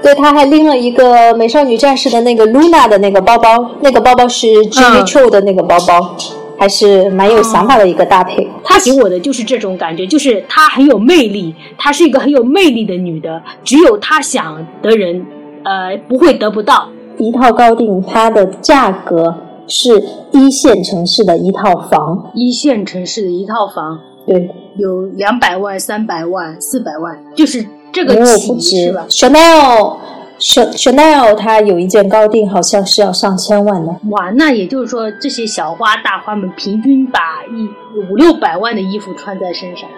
对，他还拎了一个美少女战士的那个 Luna 的那个包包，那个包包是 Jimmy Choo 的那个包包，还是蛮有想法的一个搭配。 她给我的就是这种感觉，就是她很有魅力，她是一个很有魅力的女的，只有她想的人不会得不到。 一套高定它的价格是一线城市的一套房， 一线城市的一套房， 对， 有200万、300万、400万，就是这个起是吧 ？Chanel 它有一件高定好像是要上千万的。 哇，那也就是说这些小花大花们平均把500-600万的衣服穿在身上。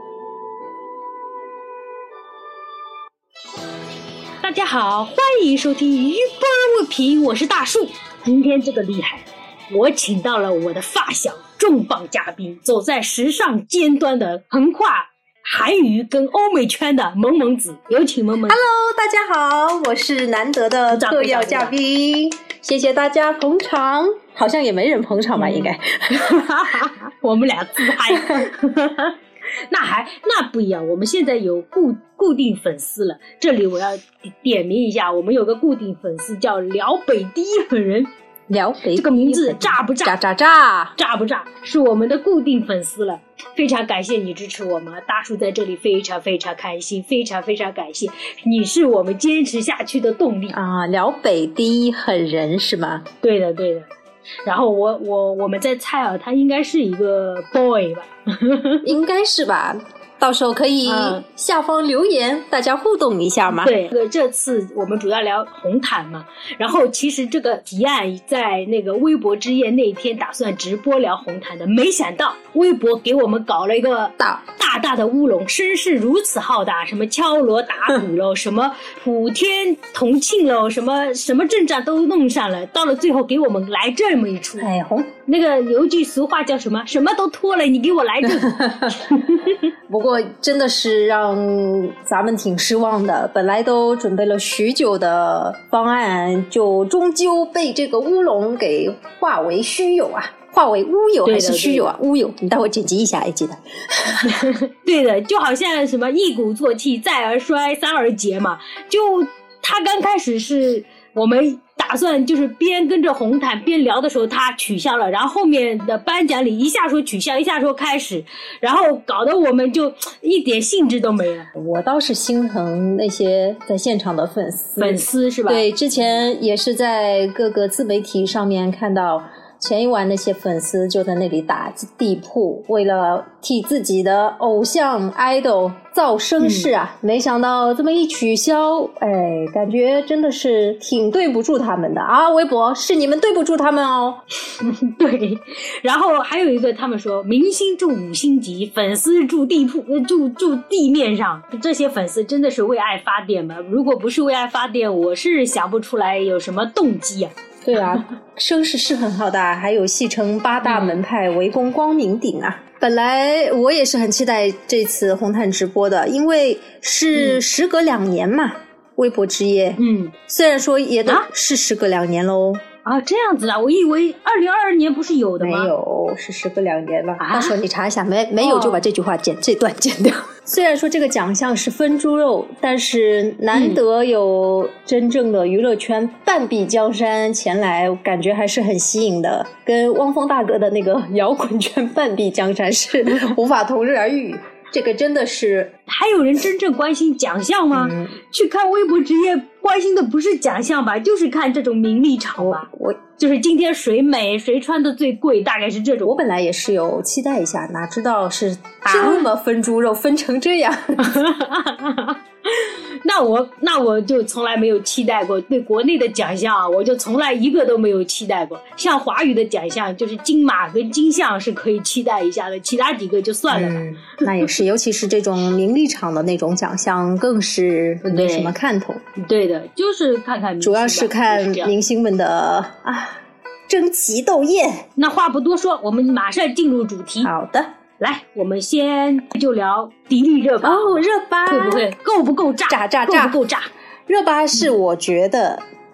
大家好，欢迎收听鱼波问评，我是大树。今天这个厉害，我请到了我的发小重磅嘉宾，走在时尚尖端的横跨韩语跟欧美圈的萌萌子，有请萌萌。 Hello， 大家好，我是难得的特邀嘉宾，谢谢大家捧场。好像也没人捧场吧，应该我们俩自嗨那不一样，我们现在有固定粉丝了。这里我要点名一下，我们有个固定粉丝叫辽北第一狠人。 辽北这个名字炸不炸？炸不炸？是我们的固定粉丝了，非常感谢你支持我们，大叔在这里非常非常开心，非常非常感谢你，是我们坚持下去的动力啊！辽北第一狠人是吗？ 对的。然后我们在猜啊，他应该是一个 boy 吧？ 应该是吧。到时候可以下方留言，大家互动一下嘛。 对，这次我们主要聊红毯嘛，然后其实这个提案在那个微博之夜那一天打算直播聊红毯的，没想到微博给我们搞了一个大的乌龙，声势如此浩大，什么敲锣打鼓喽，什么普天同庆喽，什么阵仗都弄上了，到了最后给我们来这么一出。 哎， 那个有一句俗话叫什么？什么都脱了，你给我来这个。 不过真的是让咱们挺失望的，本来都准备了许久的方案，就终究被这个乌龙给化为虚有啊，化为乌有还是虚有啊？乌有，你待会剪辑一下，记得。 对的，就好像什么一鼓作气，再而衰，三而竭嘛。就他刚开始是我们打算就是边跟着红毯边聊的时候他取消了，然后后面的颁奖礼一下说取消，一下说开始，然后搞得我们就一点兴致都没了。 我倒是心疼那些在现场的粉丝是吧？对，之前也是在各个自媒体上面看到前一晚那些粉丝就在那里打地铺，为了替自己的偶像 idol 造声势啊，没想到这么一取消，感觉真的是挺对不住他们的啊！微博是你们对不住他们哦。 对，然后还有一个他们说明星住5星级，粉丝住地铺，住地面上，这些粉丝真的是为爱发电吗？如果不是为爱发电，我是想不出来有什么动机啊。 对啊，声势是很浩大，还有戏称8大门派围攻光明顶啊。本来我也是很期待这次红毯直播的，因为是时隔2年嘛，微博之夜。虽然说也是时隔2年喽。 啊，这样子啊，我以为2022年不是有的吗？ 没有，是时隔2年了。到时候你查一下，没有就把这句话这段剪掉。虽然说这个奖项是分猪肉，但是难得有真正的娱乐圈半壁江山前来，感觉还是很吸引的，跟汪峰大哥的那个摇滚圈半壁江山是无法同日而语。这个真的是， 还有人真正关心奖项吗？去看微博职业关心的不是奖项吧，就是看这种名利场吧。我就是今天谁美谁穿的最贵，大概是这种。 我本来也是有期待一下，哪知道是这么分猪肉分成这样。 那我就从来没有期待过，对国内的奖项我就从来一个都没有期待过。像华语的奖项就是金马跟金像是可以期待一下的，其他几个就算了吧。 那也是，尤其是这种名利场的那种奖项更是没什么看头。 对的，就是看看明星， 主要是看明星们的争奇斗艳。 那话不多说，我们马上进入主题。 好的， 来，我们先就聊迪丽热巴。 热巴会不会够不够炸？ 炸， 够不够炸？ 热巴是我觉得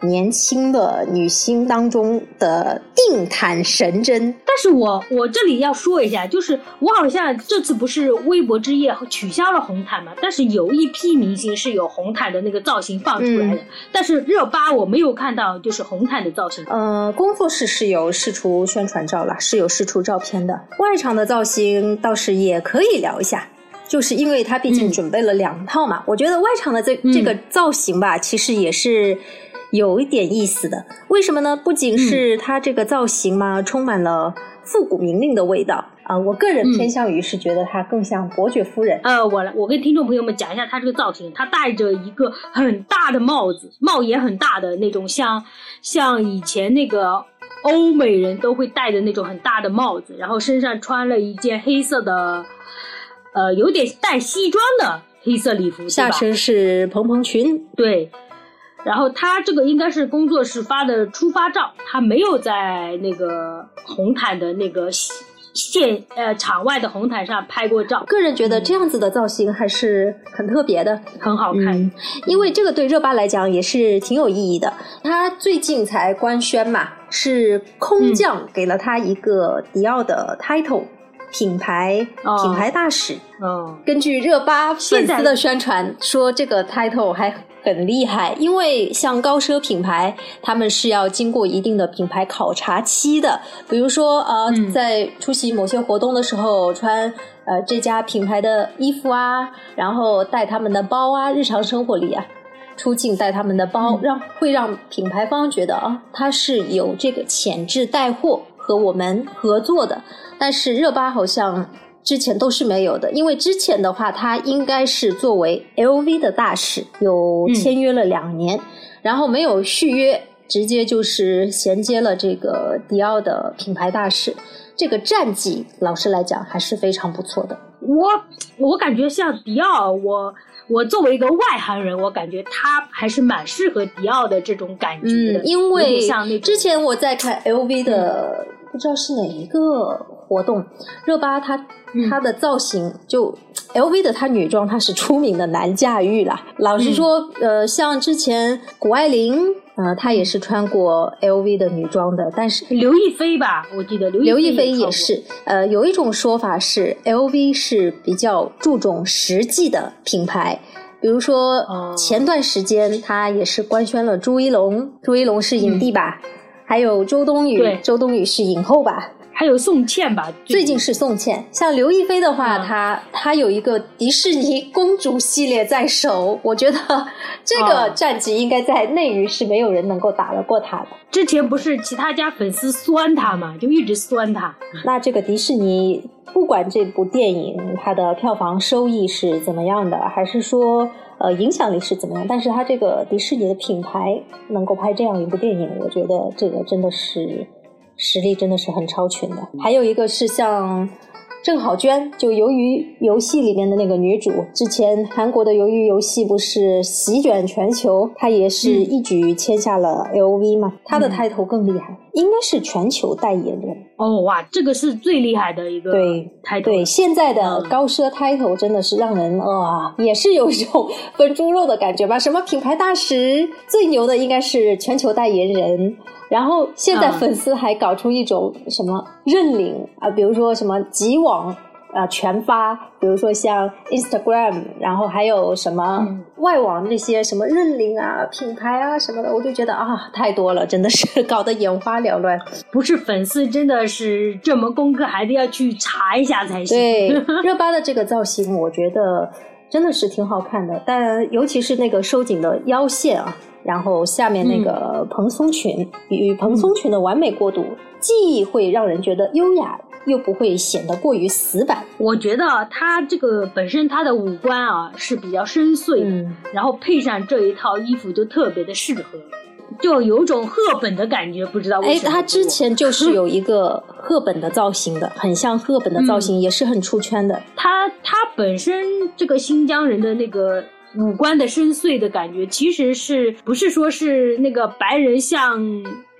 年轻的女星当中的定坛神针。 但是我这里要说一下，就是我好像这次不是微博之夜取消了红毯嘛，但是有一批明星是有红毯的那个造型放出来的，但是热巴我没有看到就是红毯的造型。 工作室是有释出宣传照了，是有释出照片的。外场的造型倒是也可以聊一下，就是因为他毕竟准备了2套嘛，我觉得外场的这个造型吧，其实也是有一点意思的。为什么呢？不仅是它这个造型嘛，充满了复古明令的味道啊，我个人偏向于是觉得它更像伯爵夫人。 我跟听众朋友们讲一下它这个造型，它戴着一个很大的帽子，帽檐很大的那种，像以前那个欧美人都会戴的那种很大的帽子，然后身上穿了一件黑色的有点带西装的黑色礼服， 下身是蓬蓬裙。 对，然后他这个应该是工作室发的出发照，他没有在那个红毯的那个场外的红毯上拍过照。 个人觉得这样子的造型还是很特别的， 很好看。 因为这个对热巴来讲也是挺有意义的。他最近才官宣嘛，是空降给了他一个迪奥的 title。品牌大使。根据热巴粉丝的宣传说，这个 title 还很厉害，因为像高奢品牌他们是要经过一定的品牌考察期的，比如说在出席某些活动的时候穿这家品牌的衣服啊，然后带他们的包啊，日常生活里啊出境带他们的包，会让品牌方觉得他是有这个潜质带货和我们合作的。但是热巴好像之前都是没有的，因为之前的话他应该是作为 LV 的大使，有签约了2年，然后没有续约，直接就是衔接了这个迪奥的品牌大使。这个战绩老实来讲还是非常不错的。 我感觉像迪奥，我作为一个外行人，我感觉他还是蛮适合迪奥的这种感觉的。 因为之前我在看 LV 的不知道是哪一个活动，热巴她的造型就 LV 的她女装她是出名的难驾驭啦。老实说像之前谷爱凌她也是穿过 LV 的女装的，但是刘亦菲吧，我记得刘亦菲也是。有一种说法是 LV 是比较注重实际的品牌，比如说前段时间她也是官宣了朱一龙是影帝吧，还有周冬雨是影后吧， 还有宋茜吧， 最近是宋茜。像刘亦菲的话，她有一个迪士尼公主系列在手，我觉得这个战绩应该在内娱是没有人能够打得过她的。 之前不是其他家粉丝酸她嘛，就一直酸她。 那这个迪士尼不管这部电影它的票房收益是怎么样的，还是说影响力是怎么样，但是它这个迪士尼的品牌能够拍这样一部电影，我觉得这个真的是实力真的是很超群的。还有一个是像郑好娟，就鱿鱼游戏里面的那个女主，之前韩国的鱿鱼游戏不是席卷全球，她也是一举签下了 LV 嘛，她的title更厉害，应该是全球代言人。 哇，这个是最厉害的一个title。 对，现在的高奢title真的是让人也是有一种分猪肉的感觉吧。什么品牌大使，最牛的应该是全球代言人。然后现在粉丝还搞出一种什么认领比如说什么集网全发，比如说像 Instagram， 然后还有什么外网这些什么认领品牌什么的，我就觉得太多了，真的是搞得眼花缭乱。 不是粉丝真的是这门功课还得要去查一下才行。 对，热巴的这个造型我觉得真的是挺好看的，但尤其是那个收紧的腰线然后下面那个蓬松裙，与蓬松裙的完美过渡，既会让人觉得优雅，又不会显得过于死板。 我觉得她这个本身她的五官是比较深邃然后配上这一套衣服就特别的适合，就有种赫本的感觉，不知道为什么。 她之前就是有一个赫本的造型的，很像赫本的造型，也是很出圈的。 她本身这个新疆人的那个五官的深邃的感觉，其实是不是说是那个白人像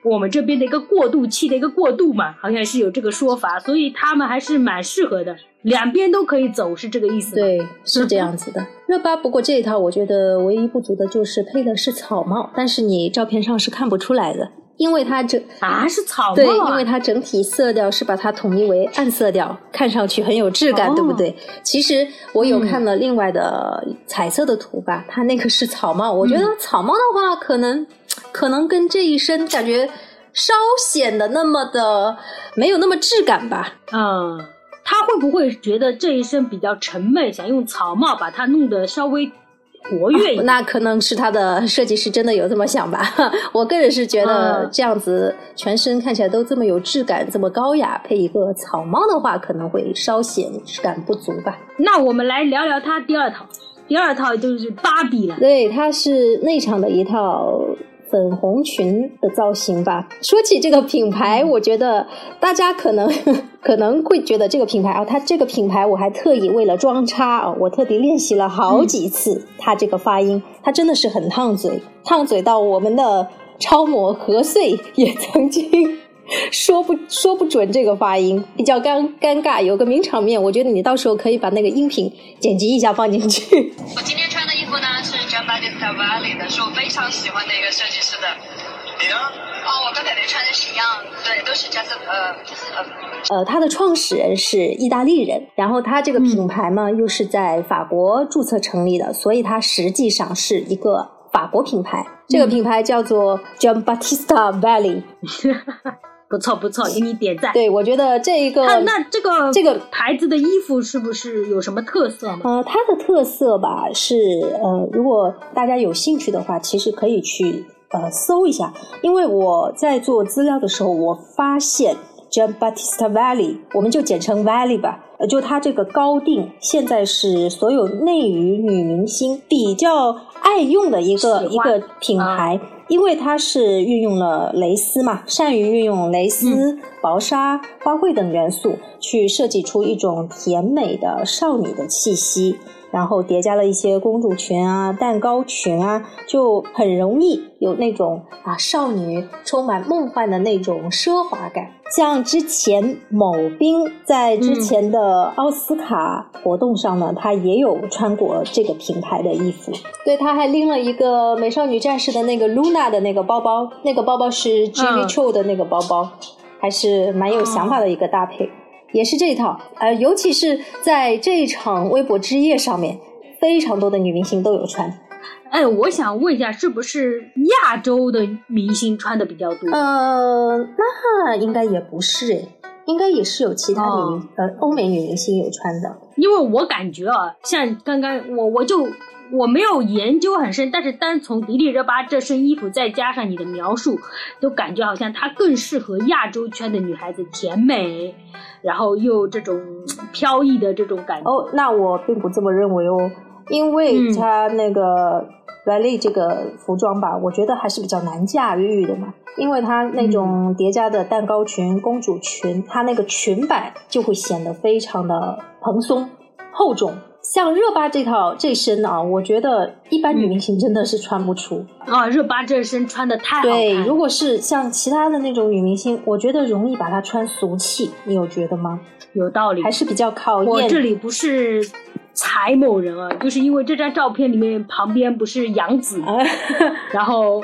我们这边的一个过渡期的一个过渡嘛，好像是有这个说法，所以他们还是蛮适合的，两边都可以走，是这个意思吗？ 对，是这样子的。热巴不过这一套我觉得唯一不足的就是配的是草帽，但是你照片上是看不出来的，因为它是草帽啊。 对，因为它整体色调是把它统一为暗色调，看上去很有质感，对不对？其实我有看了另外的彩色的图吧，它那个是草帽，我觉得草帽的话可能跟这一身感觉稍显得那么的没有那么质感吧。 他会不会觉得这一身比较沉闷，想用草帽把它弄得稍微活跃一点？ 那可能是他的设计师真的有这么想吧。我个人是觉得这样子全身看起来都这么有质感，这么高雅，配一个草帽的话可能会稍显质感不足吧。 那我们来聊聊他第二套就是芭比了。 对，它是内场的一套粉红裙的造型吧。说起这个品牌，我觉得大家可能会觉得这个品牌它这个品牌我还特意为了装叉我特地练习了好几次它这个发音，它真的是很烫嘴到我们的超模何穗也曾经说不准这个发音，比较尴尬，有个名场面，我觉得你到时候可以把那个音频剪辑一下放进去。 我今天穿的衣服呢是 Giambattista Valli 的，是我非常喜欢的一个设计师的。你呢？我跟北北穿的是一样，对，都是他的创始人是意大利人，然后他这个品牌嘛又是在法国注册成立的，所以它实际上是一个法国品牌。这个品牌叫做 Giambattista Valli。 不错，给你点赞。 对，我觉得这个那这个牌子的衣服是不是有什么特色吗？ 它的特色吧是如果大家有兴趣的话，其实可以去搜一下，因为我在做资料的时候，我发现 Giambattista Valli， 我们就简称 Valli 吧，就它这个高定现在是所有内娱女明星比较爱用的一个品牌。因为它是运用了蕾丝嘛，善于运用蕾丝、薄纱、花卉等元素去设计出一种甜美的少女的气息，然后叠加了一些公主裙啊、蛋糕裙啊，就很容易有那种少女充满梦幻的那种奢华感。像之前某冰在之前的奥斯卡活动上呢，他也有穿过这个品牌的衣服。对，他还拎了一个美少女战士的那个 Luna 的那个包包，那个包包是 Jimmy Choo 的那个包包，还是蛮有想法的一个搭配。也是这一套，尤其是在这一场微博之夜上面，非常多的女明星都有穿。 我想问一下，是不是亚洲的明星穿的比较多？ 那应该也不是应该也是有其他欧美女明星有穿的。 因为我感觉像刚刚我没有研究很深，但是单从迪丽热巴这身衣服再加上你的描述，都感觉好像她更适合亚洲圈的女孩子，甜美，然后又这种飘逸的这种感觉。 那我并不这么认为因为她那个Valli 这个服装吧，我觉得还是比较难驾驭的嘛，因为它那种叠加的蛋糕裙、公主裙，它那个裙摆就会显得非常的蓬松厚重。像热巴这身我觉得一般女明星真的是穿不出。 热巴这身穿的太好看。 对，如果是像其他的那种女明星，我觉得容易把它穿俗气，你有觉得吗？ 有道理， 还是比较考验。 我这里不是踩某人就是因为这张照片里面旁边不是杨紫然后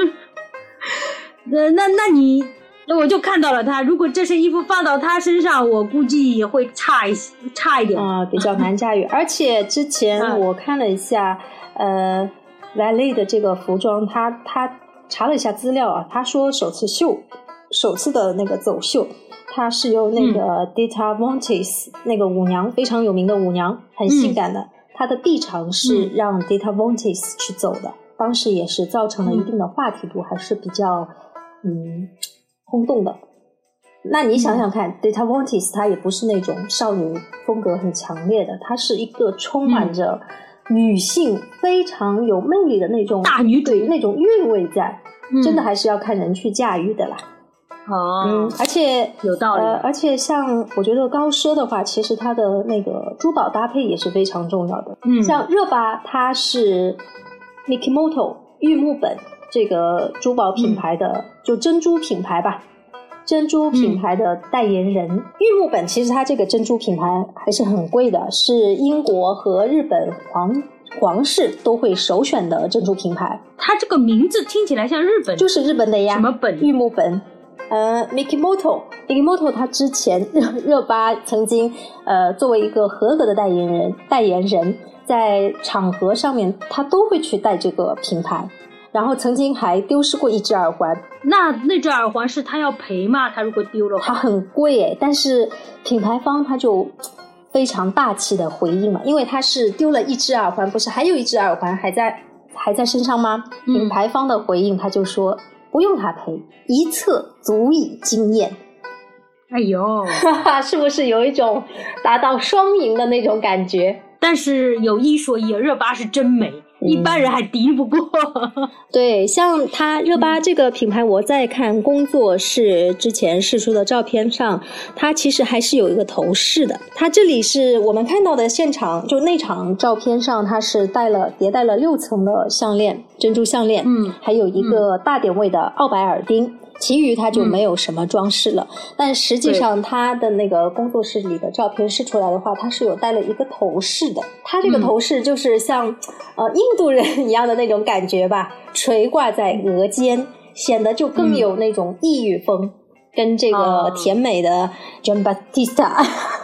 那我就看到了他，如果这身衣服放到他身上，我估计也会差一点比较难驾驭。而且之前我看了一下Valli 的这个服装，他查了一下资料他说首次的那个走秀，他是由那个 Dita Von Teese 那个舞娘，非常有名的舞娘，很性感的，他的臂长是让 Dita Von Teese 去走的，当时也是造成了一定的话题度，还是比较轰动的。那你想想看Dita Von Teese 她也不是那种少女风格很强烈的，她是一个充满着女性非常有魅力的那种大女主， 那种韵味在，真的还是要看人去驾驭的啦。而且有道理。 而且像我觉得高奢的话，其实它的那个珠宝搭配也是非常重要的。像热巴她是 Mikimoto 玉木本这个珠宝品牌的，就珍珠品牌吧，珍珠品牌的代言人。玉木本其实它这个珍珠品牌还是很贵的，是英国和日本皇室都会首选的珍珠品牌。 它这个名字听起来像日本， 就是日本的呀。 什么本？ 玉木本。Mikimoto 他之前热巴曾经作为一个合格的代言人，在场合上面他都会去带这个品牌，然后曾经还丢失过一只耳环。 那只耳环是他要赔吗？他如果丢了， 他很贵诶，但是品牌方他就非常大气的回应了，因为他是丢了一只耳环，不是还有一只耳环还在身上吗？品牌方的回应他就说不用他赔，一侧足以惊艳。 哎呦， 是不是有一种达到双赢的那种感觉？ 但是有一说一，热巴是真美，一般人还敌不过。 对，像他热巴这个品牌，我在看工作室之前释出的照片上，他其实还是有一个头饰的。他这里是我们看到的现场，就内场照片上，他是迭代了6层的项链，珍珠项链，还有一个大点位的奥白耳钉。其余它就没有什么装饰了，但实际上它的那个工作室里的照片试出来的话，它是有戴了一个头饰的。它这个头饰就是像印度人一样的那种感觉吧，垂挂在额间，显得就更有那种异域风，跟这个甜美的 Giambattista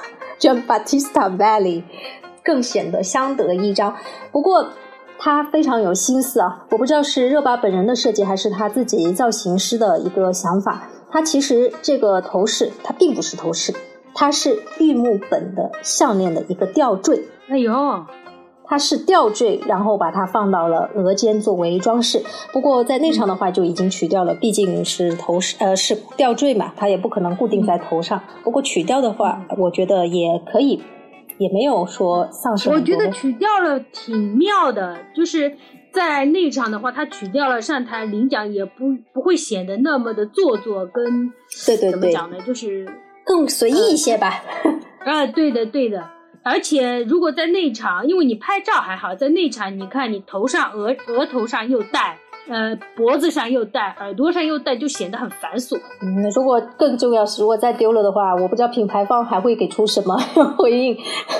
Valley 更显得相得益彰。不过他非常有心思啊，我不知道是热巴本人的设计还是他自己造型师的一个想法。他其实这个头饰它并不是头饰，它是玉木本的项链的一个吊坠。 哎呦， 它是吊坠，然后把它放到了额间作为装饰。不过在内场的话就已经取掉了，毕竟是是吊坠嘛，它也不可能固定在头上。不过取掉的话，我觉得也可以。也没有说丧失很多。 我觉得取掉了挺妙的，就是在内场的话，他取掉了上台领奖也不会显得那么的做作，跟对怎么讲呢，就是更随意一些吧。 对的。而且如果在内场，因为你拍照还好，在内场你看你头上额头上又戴。脖子上又戴，耳朵上又戴，就显得很繁琐。 如果更重要是，如果再丢了的话，我不知道品牌方还会给出什么回应。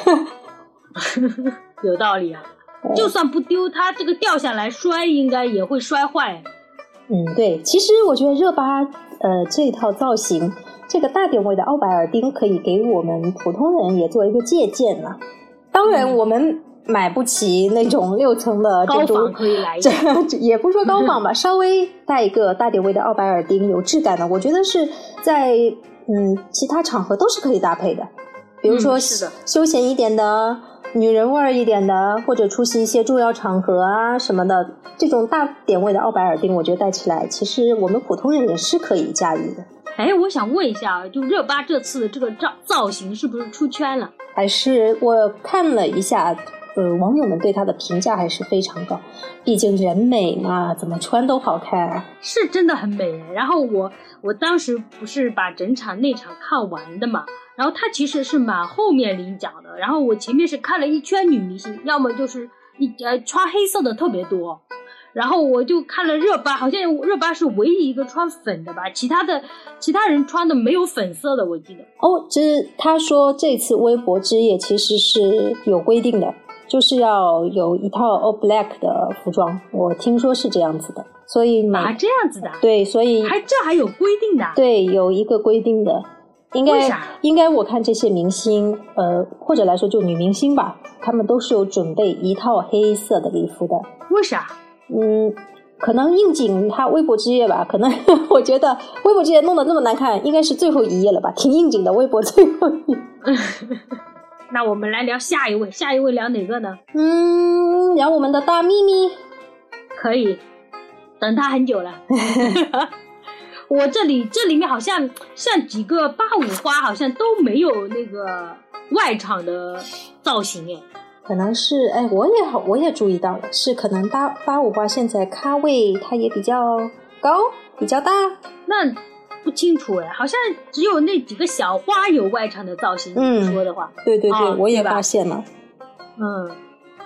有道理啊，就算不丢，它这个掉下来摔，应该也会摔坏。 对，其实我觉得热巴这套造型，这个大点位的奥白耳钉可以给我们普通人也做一个借鉴了。当然我们买不起那种6层的珍珠， 高仿可以来一下， 也不说高仿吧，稍微带一个大点位的奥白耳钉，有质感的，我觉得是在其他场合都是可以搭配的。比如说休闲一点的、女人味一点的，或者出席一些重要场合啊什么的，这种大点位的奥白耳钉，我觉得戴起来，其实我们普通人也是可以驾驭的。 我想问一下，就热巴这次的这个造型是不是出圈了？ 还是我看了一下。网友们对她的评价还是非常高，毕竟人美嘛，怎么穿都好看啊。 是真的很美。然后我当时不是把整场内场看完的嘛，然后她其实是蛮后面领奖的，然后我前面是看了一圈女明星，要么就是穿黑色的特别多，然后我就看了热巴，好像热巴是唯一一个穿粉的吧，其他人穿的没有粉色的，我记得。 他说这次微博之夜其实是有规定的，就是要有一套 all black 的服装，我听说是这样子的，所以这样子的， 对，所以这还有规定的， 对，有一个规定的， 为啥？ 应该我看这些明星，或者来说就女明星吧，她们都是有准备一套黑色的礼服的。 为啥？ 可能应景他微博之夜吧，可能我觉得微博之夜弄得这么难看，应该是最后一页了吧，挺应景的微博最后一页。 那我们来聊下一位聊哪个呢？ 聊我们的大咪咪。 可以，等他很久了。我这里面好像几个85花好像都没有那个外场的造型可能是我也注意到了，是可能85花现在咖位它也比较高比较大， 那不清楚好像只有那几个小花有外场的造型。说的话， 对，我也发现了。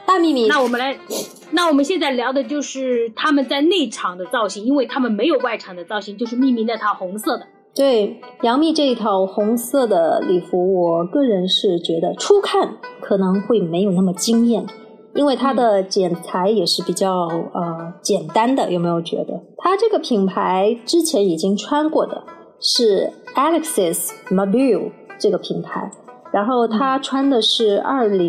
大秘密。 那我们现在聊的就是他们在内场的造型，因为他们没有外场的造型，就是秘密那套红色的。 对，杨幂这一套红色的礼服，我个人是觉得初看可能会没有那么惊艳，因为它的剪裁也是比较简单的，有没有觉得？它这个品牌之前已经穿过的是 Alexis Mabille 这个品牌，然后他穿的是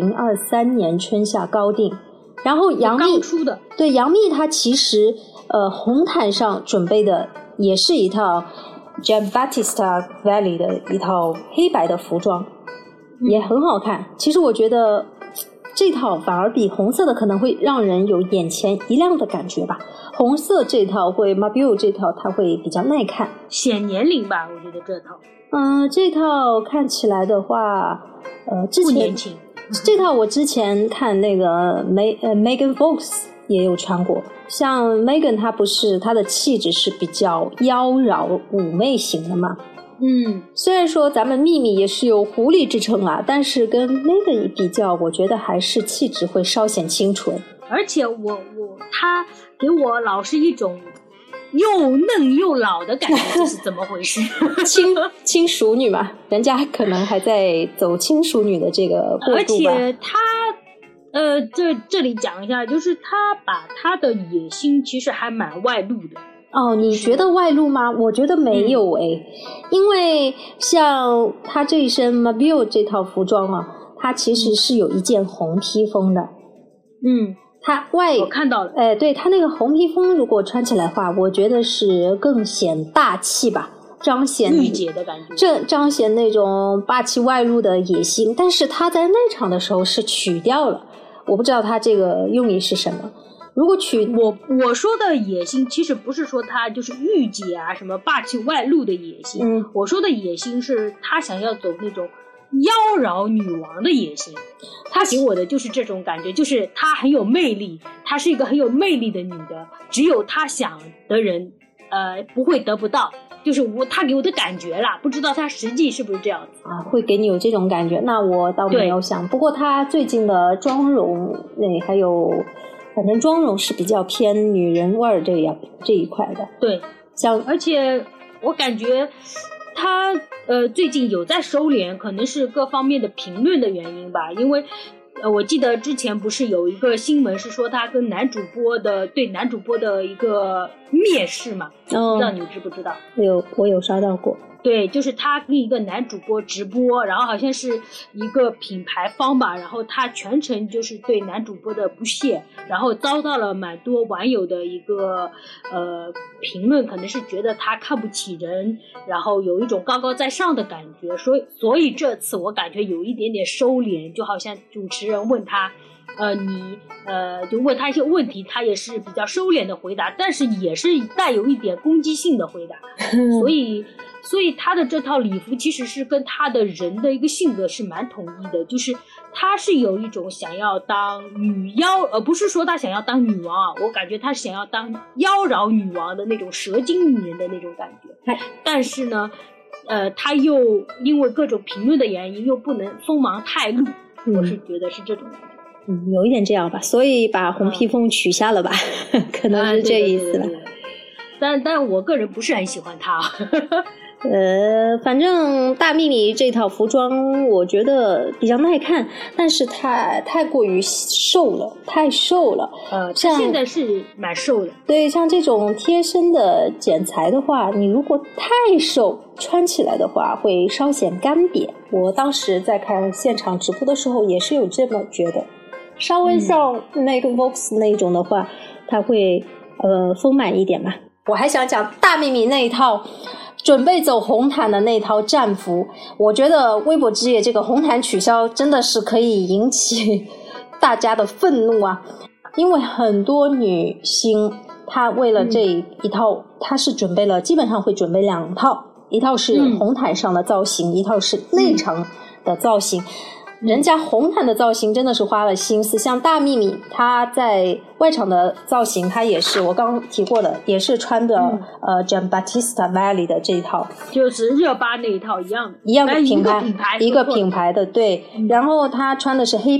2023年春夏高定，然后杨幂刚出的， 对，杨幂她其实红毯上准备的也是一套 Giambattista Valli 的一套黑白的服装，也很好看。其实我觉得这套反而比红色的可能会让人有眼前一亮的感觉吧。红色这套会 Mabille 这套它会比较耐看， 显年龄吧，我觉得这套。 这套看起来的话，之前不年轻。 这套我之前看那个Megan Fox 也有穿过，像 Megan 她不是她的气质是比较妖娆妩媚型的嘛。虽然说咱们秘密也是有狐狸之称啊，但是跟 Megan 一比较，我觉得还是气质会稍显清纯。 而且她给我老是一种又嫩又老的感觉，这是怎么回事？ 轻熟女嘛，人家可能还在走轻熟女的这个过渡吧。 而且她这里讲一下，就是她把她的野心其实还蛮外露的。 你觉得外露吗？我觉得没有因为像她这一身 Mabille 这套服装啊，它其实是有一件红披风的。我看到了。 对，它那个红披风如果穿起来的话，我觉得是更显大气吧，彰显御姐的感觉， 彰显那种霸气外露的野心。但是它在内场的时候是取掉了，我不知道它这个用意是什么。如果我说的野心，其实不是说他就是御姐啊什么霸气外露的野心，我说的野心是他想要走那种妖娆女王的野心。他给我的就是这种感觉，就是她很有魅力，她是一个很有魅力的女的，只有她想的人不会得不到，就是他给我的感觉啦，不知道他实际是不是这样子啊？会给你有这种感觉？那我倒没有想。不过他最近的妆容，还有反正妆容是比较偏女人味儿这一块的。 对，而且我感觉他最近有在收敛，可能是各方面的评论的原因吧。因为我记得之前不是有一个新闻是说他跟对男主播的一个蔑视嘛？不知道你知不知道？ 我有刷到过。 对，就是他跟一个男主播直播，然后好像是一个品牌方吧，然后他全程就是对男主播的不屑，然后遭到了蛮多网友的一个评论，可能是觉得他看不起人，然后有一种高高在上的感觉，所以这次我感觉有一点点收敛，就好像主持人问他就问他一些问题，他也是比较收敛的回答，但是也是带有一点攻击性的回答。所以他的这套礼服其实是跟他的人的一个性格是蛮统一的，就是他是有一种想要当女妖，不是说他想要当女王啊，我感觉他想要当妖娆女王的那种蛇精女人的那种感觉。但是呢他又因为各种评论的原因又不能锋芒太露，我是觉得是这种感觉。 有一点这样吧，所以把红披风取下了吧，可能是这意思吧。 对，但我个人不是很喜欢他。 反正大秘密这套服装我觉得比较耐看，但是太过于瘦了，太瘦了。 现在是蛮瘦的。 对，像这种贴身的剪裁的话，你如果太瘦，穿起来的话会稍显干瘪。我当时在看现场直播的时候也是有这么觉得，稍微像那个 Vox 那种的话，它会丰满一点嘛。我还想讲大秘密那一套准备走红毯的那套战服，我觉得微博之夜这个红毯取消真的是可以引起大家的愤怒啊，因为很多女星她为了这一套她是基本上会准备2套，一套是红毯上的造型，一套是内场的造型。人家红毯的造型真的是花了心思，像大秘密她在外场的造型，她也是我刚刚提过的，也是穿的Giambattista Valli 的这一套， 就是热巴那一套一样的品牌，一个品牌的，对。然后她穿的是黑白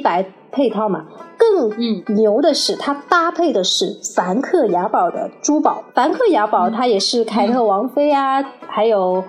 配套嘛。更牛的是它搭配的是梵克雅宝的珠宝。梵克雅宝它也是凯特王妃啊，还有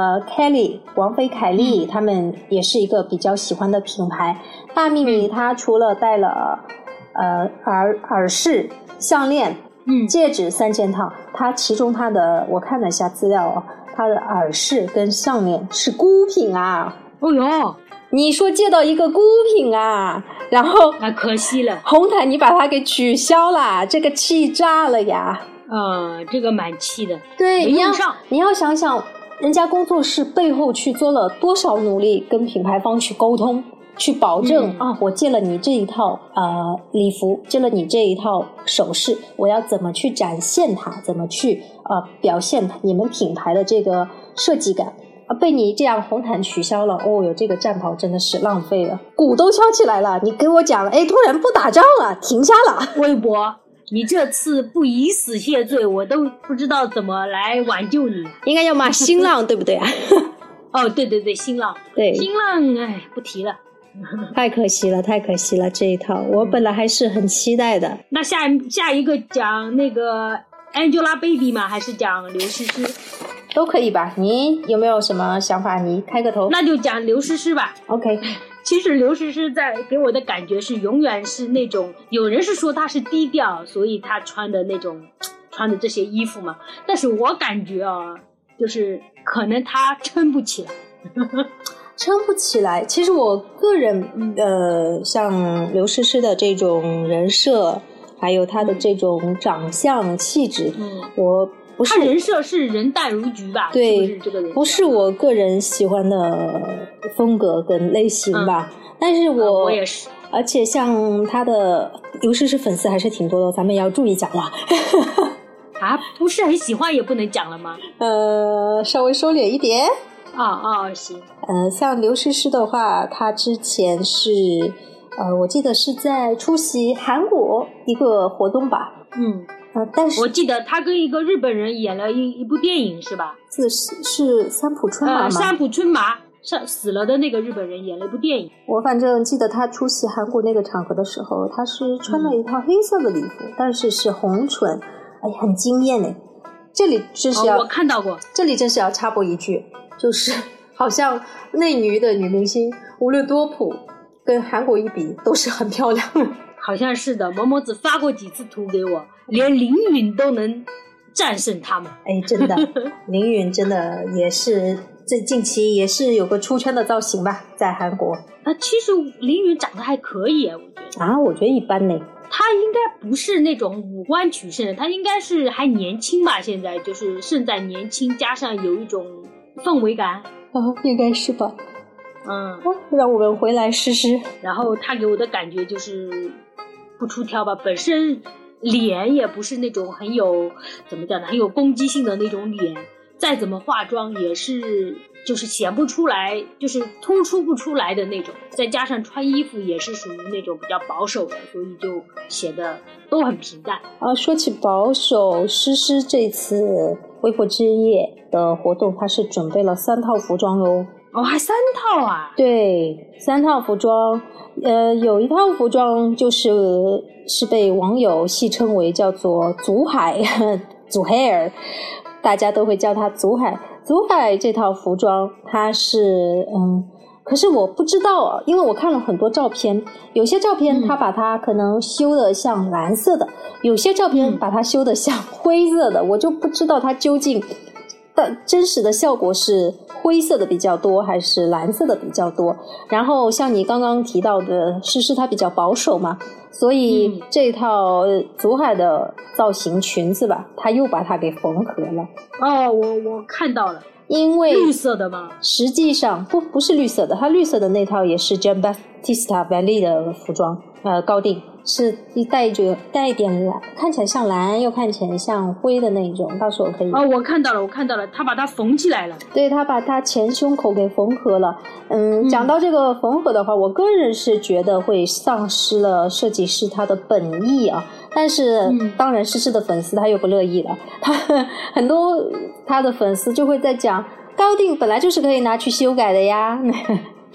Kelly 王妃凯莉他们也是一个比较喜欢的品牌。大秘密它除了带了耳饰、项链、戒指3件套，它其中它的我看了一下资料哦，它的耳饰跟项链是孤品啊。 哦哟， 你说借到一个孤品啊，然后可惜了， 红毯你把它给取消了，这个气炸了呀。 这个蛮气的。 对，你要想想人家工作室背后去做了多少努力，跟品牌方去沟通，去保证我借了你这一套礼服，借了你这一套首饰，我要怎么去展现它，怎么去表现你们品牌的这个设计感。被你这样红毯取消了，哦哟，这个战袍真的是浪费了，鼓都敲起来了。你给我讲了，突然不打仗了，停下了。 微博，你这次不以死谢罪，我都不知道怎么来挽救你。 应该要骂新浪，对不对啊？ 对，新浪， 对， 新浪，不提了。 太可惜了这一套，我本来还是很期待的。 那下一个讲那个 Angelababy 吗？还是讲刘诗诗？ 都可以吧，你有没有什么想法？你开个头。 那就讲刘诗诗吧。 OK。 其实刘诗诗在给我的感觉是永远是那种，有人是说她是低调，所以她穿的这些衣服嘛，但是我感觉就是可能她撑不起来。 撑不起来。其实我个人像刘诗诗的这种人设还有她的这种长相气质，我不是， 他人设是人淡如菊吧？ 对， 是不是这个人设？ 不是我个人喜欢的风格跟类型吧。但是我也是。 而且像他的刘诗诗粉丝还是挺多的，咱们也要注意讲话。 不是很喜欢也不能讲了吗？ 稍微收敛一点。 行。 像刘诗诗的话，她之前是我记得是在出席韩国一个活动吧。但是我记得他跟一个日本人演了一部电影，是吧？ 是三浦春马吗？ 三浦春马死了的那个日本人演了一部电影。 我反正记得他出席韩国那个场合的时候，他是穿了一套黑色的礼服，但是是红唇，很惊艳呢。这里真是要， 我看到过。这里真是要插播一句，就是好像内娱的女明星无论多普跟韩国一比都是很漂亮的。 好像是的，萌萌子发过几次图给我，连林允都能战胜他们。 真的，林允真的也是这近期也是有个出圈的造型吧，在韩国。 其实林允长得还可以，我觉得。 我觉得一般呢。 他应该不是那种五官取胜，他应该是还年轻吧，现在就是胜在年轻，加上有一种氛围感。 应该是吧。让我们回来试试。 然后他给我的感觉就是不出挑吧，本身脸也不是那种很有怎么讲呢，很有攻击性的那种脸，再怎么化妆也是就是显不出来，就是突出不出来的那种，再加上穿衣服也是属于那种比较保守的，所以就显得都很平淡。 说起保守，诗诗这次微博之夜的活动，她是准备了3套服装哟。 还3套啊？ 对，3套服装。有一套服装是被网友戏称为叫做祖海祖海儿，大家都会叫它祖海。祖海这套服装它是可是我不知道，因为我看了很多照片，有些照片它把它可能修得像蓝色的，有些照片把它修得像灰色的，我就不知道它究竟真实的效果是灰色的比较多还是蓝色的比较多。然后像你刚刚提到的诗诗它比较保守嘛，所以这套祖海的造型裙子吧，它又把它给缝合了。 我看到了。 因为绿色的吗？ 实际上不是绿色的，它绿色的那套也是 Giambattista Valli 的服装，高定，是带一点蓝，看起来像蓝又看起来像灰的那种，到时候可以。 我看到了，他把它缝起来了。 对，他把它前胸口给缝合了。讲到这个缝合的话，我个人是觉得会丧失了设计师他的本意啊。但是当然诗诗的粉丝他又不乐意了，他很多他的粉丝就会在讲，高定本来就是可以拿去修改的呀，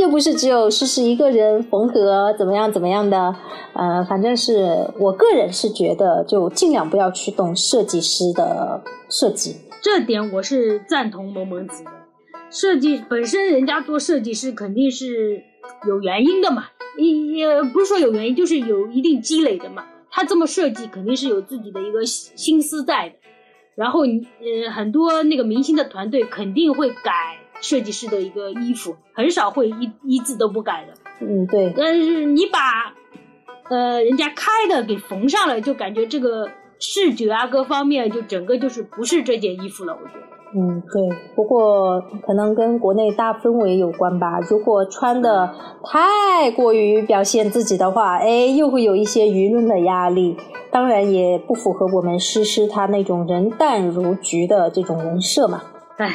又不是只有诗诗一个人缝合怎么样怎么样的，反正是我个人是觉得就尽量不要去动设计师的设计， 这点我是赞同萌萌子的。设计本身人家做设计师肯定是有原因的嘛，也不是说有原因，就是有一定积累的嘛。他这么设计肯定是有自己的一个心思在的。然后很多那个明星的团队肯定会改设计师的一个衣服，很少会一字都不改的。 对。 但是你把人家开的给缝上了，就感觉这个视觉啊各方面就整个就是不是这件衣服了，我觉得。 对。不过可能跟国内大氛围有关吧。如果穿的太过于表现自己的话，又会有一些舆论的压力。当然也不符合我们诗诗她那种人淡如菊的这种人设嘛。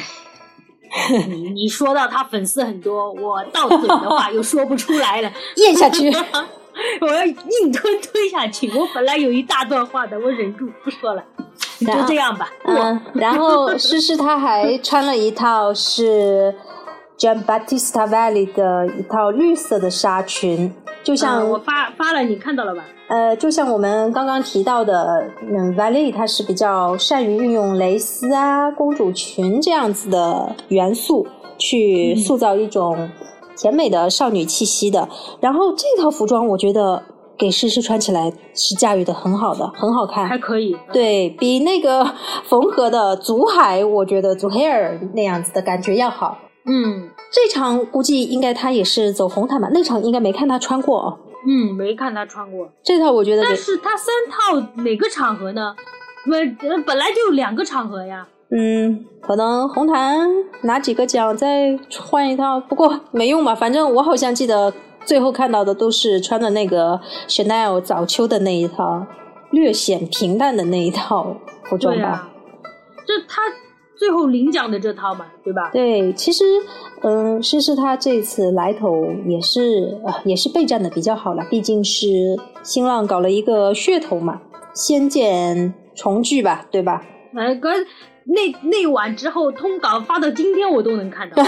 你说到他粉丝很多，我到嘴的话又说不出来了， 咽下去。 我要硬吞下去。我本来有一大段话的，我忍住不说了。就这样吧。 然后诗诗她还穿了一套是 Giambattista Valli 的一套绿色的纱裙，就像我发了，你看到了吧？ 就像我们刚刚提到的Valli 她是比较善于运用蕾丝啊、公主裙这样子的元素去塑造一种甜美的少女气息的。然后这套服装我觉得给诗诗穿起来是驾驭的很好的，很好看， 还可以。 对，比那个缝合的足海，我觉得足 hair 那样子的感觉要好。这场估计应该他也是走红毯吧？那场应该没看他穿过哦。 没看他穿过。 这套我觉得， 但是他3套哪个场合呢？本来就2个场合呀。 可能红毯拿几个奖再换一套，不过没用嘛。反正我好像记得最后看到的都是穿的那个 Chanel 早秋的那一套，略显平淡的那一套服装吧。 这他最后领奖的这套嘛，对吧？ 对，其实诗诗她这次来头也是备战的比较好了，毕竟是新浪搞了一个噱头嘛，仙剑重聚吧，对吧？ 那晚之后通稿发到今天我都能看到。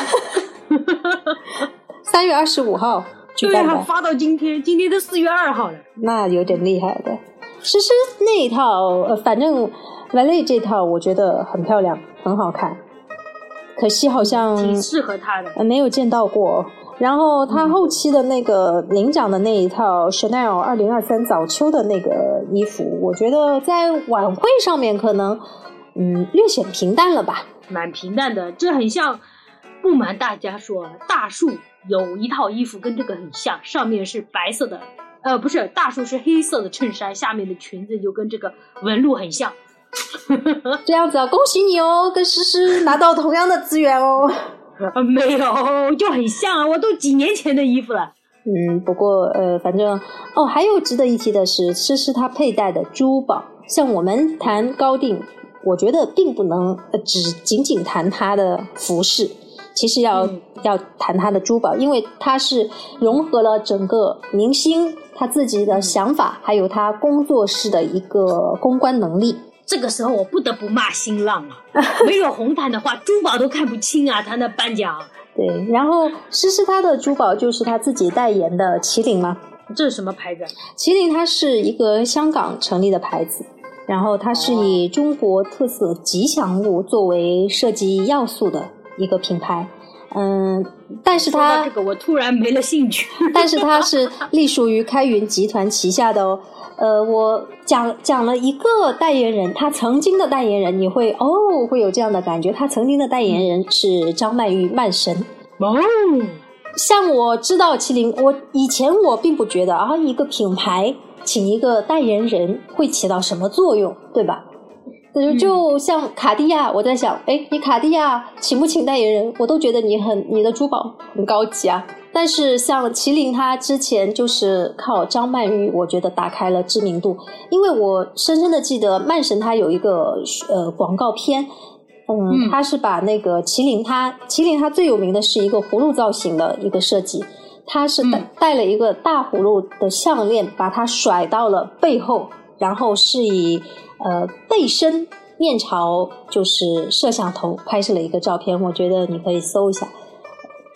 3月25号举办的。 对，发到今天都4月2号了。 那有点厉害的。诗诗那一套反正Valli这套我觉得很漂亮，很好看，可惜好像挺适合她的， 没有见到过。然后他后期的那个领奖的那一套 Chanel 2023早秋的那个衣服，我觉得在晚会上面可能略显平淡了吧， 蛮平淡的。这很像，不瞒大家说，大树有一套衣服跟这个很像，上面是白色的，不是，大树是黑色的衬衫，下面的裙子就跟这个纹路很像。 这样子啊，恭喜你哦，跟诗诗拿到同样的资源哦。 没有，就很像啊，我都几年前的衣服了。 不过反正还有值得一提的是，诗诗她佩戴的珠宝，像我们谈高定，我觉得并不能只仅仅谈她的服饰，其实要谈她的珠宝，因为她是融合了整个明星他自己的想法，还有他工作室的一个公关能力。 这个时候我不得不骂新浪啊，没有红毯的话珠宝都看不清啊，他那颁奖。 对，然后诗诗他的珠宝就是他自己代言的麒麟吗？ 这是什么牌子？ 麒麟它是一个香港成立的牌子，然后它是以中国特色吉祥物作为设计要素的一个品牌。但是它说到这个我突然没了兴趣。 但是它是隶属于开云集团旗下的哦。我讲了一个代言人，他曾经的代言人，你会有这样的感觉，他曾经的代言人是张曼玉曼神。像我知道麒麟，以前我并不觉得一个品牌请一个代言人会起到什么作用，对吧？就像卡地亚，我在想，你卡地亚请不请代言人，我都觉得你的珠宝很高级啊。但是像麒麟，它之前就是靠张曼玉，我觉得打开了知名度。因为我深深的记得曼神它有一个广告片，它是把那个麒麟它最有名的是一个葫芦造型的一个设计，它是带了一个大葫芦的项链，把它甩到了背后，然后是以背身面朝就是摄像头拍摄了一个照片，我觉得你可以搜一下。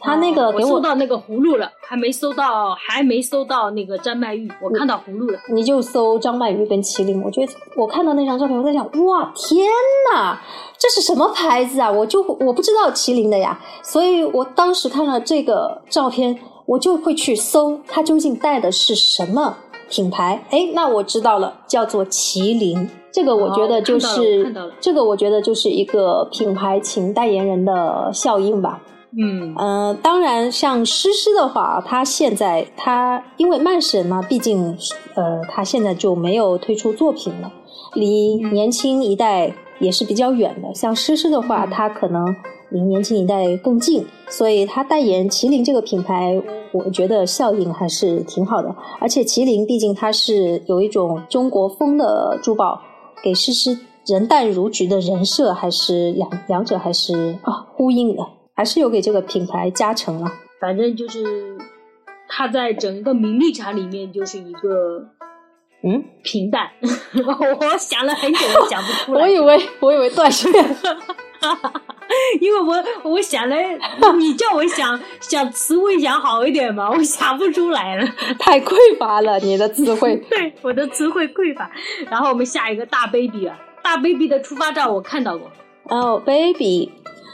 他那个给我收到那个葫芦了，还没收到那个张曼玉，我看到葫芦了。 你就搜张曼玉跟麒麟，我觉得我看到那张照片，我在想，哇，天哪，这是什么牌子啊？我不知道麒麟的呀，所以我当时看了这个照片，我就会去搜它究竟带的是什么品牌。诶，那我知道了，叫做麒麟。这个我觉得就是这个我觉得就是一个品牌请代言人的效应吧。当然像诗诗的话，他因为漫神嘛，毕竟他现在就没有推出作品了，离年轻一代也是比较远的。像诗诗的话，他可能离年轻一代更近，所以他代言麒麟这个品牌，我觉得效应还是挺好的。而且麒麟毕竟它是有一种中国风的珠宝，给诗诗人淡如菊的人设还是两者还是呼应的，还是有给这个品牌加成了。 反正就是它在整个名利场里面就是一个平淡。我想了很久也想不出来。 我以为断线因为我想了，你叫我想词汇想好一点嘛，我想不出来了， 太匮乏了你的词汇。 对，我的词汇匮乏。然后我们下一个大 baby 啊，大 baby 的出发照我看到过。 baby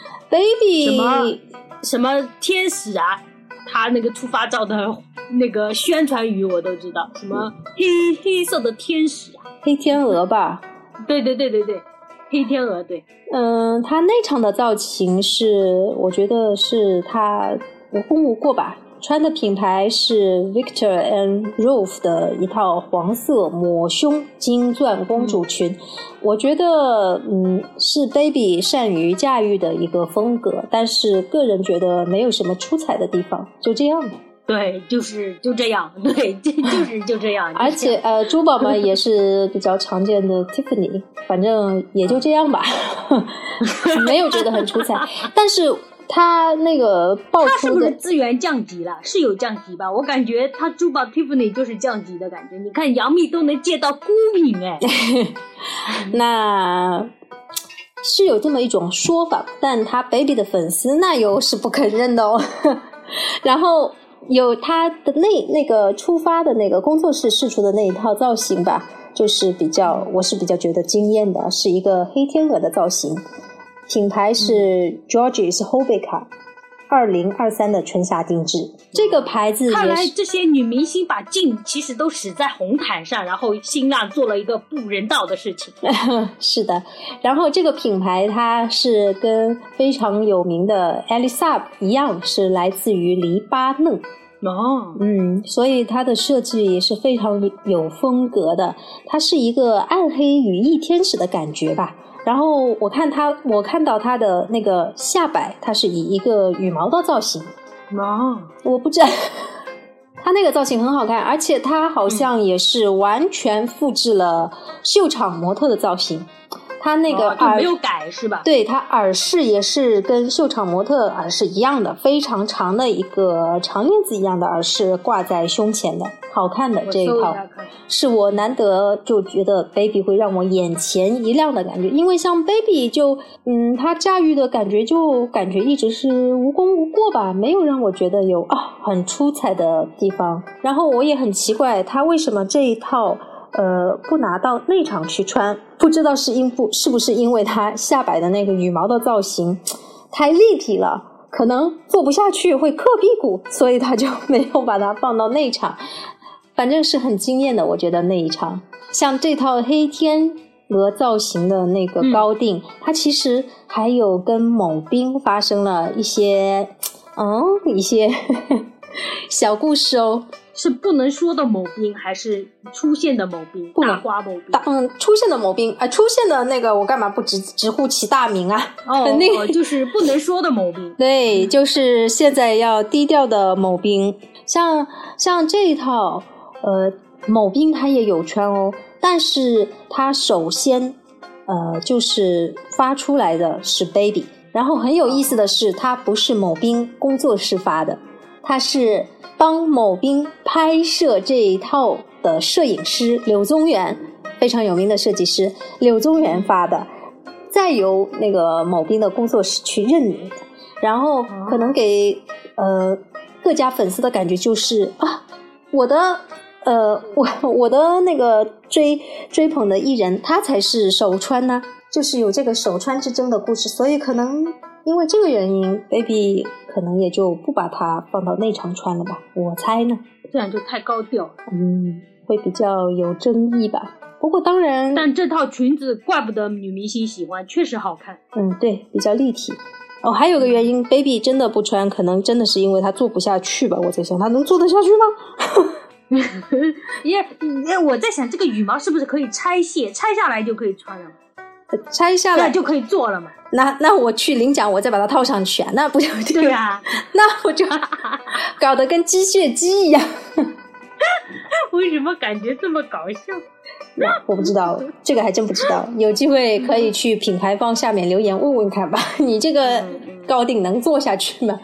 什么天使啊，他那个出发照的那个宣传语我都知道，什么黑色的天使啊， 黑天鹅吧？ 对，黑天鹅，对。 他那场的造型我觉得是他无功无过吧。穿的品牌是 Victor and Rolf 的一套黄色抹胸金钻公主裙，我觉得是 Baby 善于驾驭的一个风格，但是个人觉得没有什么出彩的地方，就这样吧。 对，就这样，对，就这样。 而且珠宝嘛也是比较常见的 Tiffany， 反正也就这样吧，没有觉得很出彩。但是他那个爆出的， 他是不是资源降级了？是有降级吧？我感觉他珠宝 Tiffany 就是降级的感觉。你看杨幂都能借到孤品那是有这么一种说法，但他 Baby 的粉丝那又是不肯认的哦。然后有他的那个出发的那个工作室试出的那一套造型吧，就是我是比较觉得惊艳的，是一个黑天鹅的造型。品牌是 Georges Hobeca 2023的春夏定制。这个牌子也是， 看来这些女明星把劲其实都使在红毯上，然后辛辣做了一个不人道的事情。 是的，然后这个品牌它是跟非常有名的 Elisab 一样，是来自于黎巴嫩。所以它的设计也是非常有风格的，它是一个暗黑羽翼天使的感觉吧。然后我看到它的那个下摆，它是以一个羽毛的造型。我不知道，它那个造型很好看，而且它好像也是完全复制了秀场模特的造型。它那个耳没有改是吧？ 对，它耳饰也是跟秀场模特耳饰一样的，非常长的一个长链子一样的耳饰挂在胸前的，好看的这一套，是我难得就觉得 Baby 会让我眼前一亮的感觉。因为像 Baby 就他驾驭的感觉一直是无功无过吧，没有让我觉得有很出彩的地方。然后我也很奇怪他为什么这一套不拿到内场去穿，不知道是不是因为它下摆的那个羽毛的造型太立体了，可能做不下去会磕屁股，所以他就没有把它放到内场。反正是很惊艳的，我觉得那一场。像这套黑天鹅造型的那个高定，它其实还有跟某冰发生了一些小故事哦。 是不能说的某冰，还是出现的某冰？大花某冰。 出现的某冰，出现的那个我干嘛不直呼其大名啊？ 就是不能说的某冰。 对，就是现在要低调的某冰。像这一套某冰它也有穿哦，但是它首先就是发出来的是 Baby， 然后很有意思的是，它不是某冰工作室发的，它是帮某冰拍摄这一套的摄影师柳宗元，非常有名的设计师柳宗元发的，再由那个某冰的工作室去认领的，然后可能给各家粉丝的感觉就是啊，我的那个追捧的艺人他才是首川呢，就是有这个首川之争的故事，所以可能因为这个原因 Baby 可能也就不把它放到内场穿了吧，我猜呢， 这样就太高调了， 会比较有争议吧。不过当然， 但这套裙子怪不得女明星喜欢，确实好看。 对，比较立体。还有个原因 Baby 真的不穿，可能真的是因为他做不下去吧，我在想他能做得下去吗？我在想这个羽毛是不是可以拆卸，拆下来就可以穿了， 拆下来就可以做了嘛。 那我去领奖我再把它套上去，那不就对啊， 那我就搞得跟机械姬一样。 为什么感觉这么搞笑？ 我不知道，这个还真不知道，有机会可以去品牌方下面留言问问看吧，你这个高定能做下去吗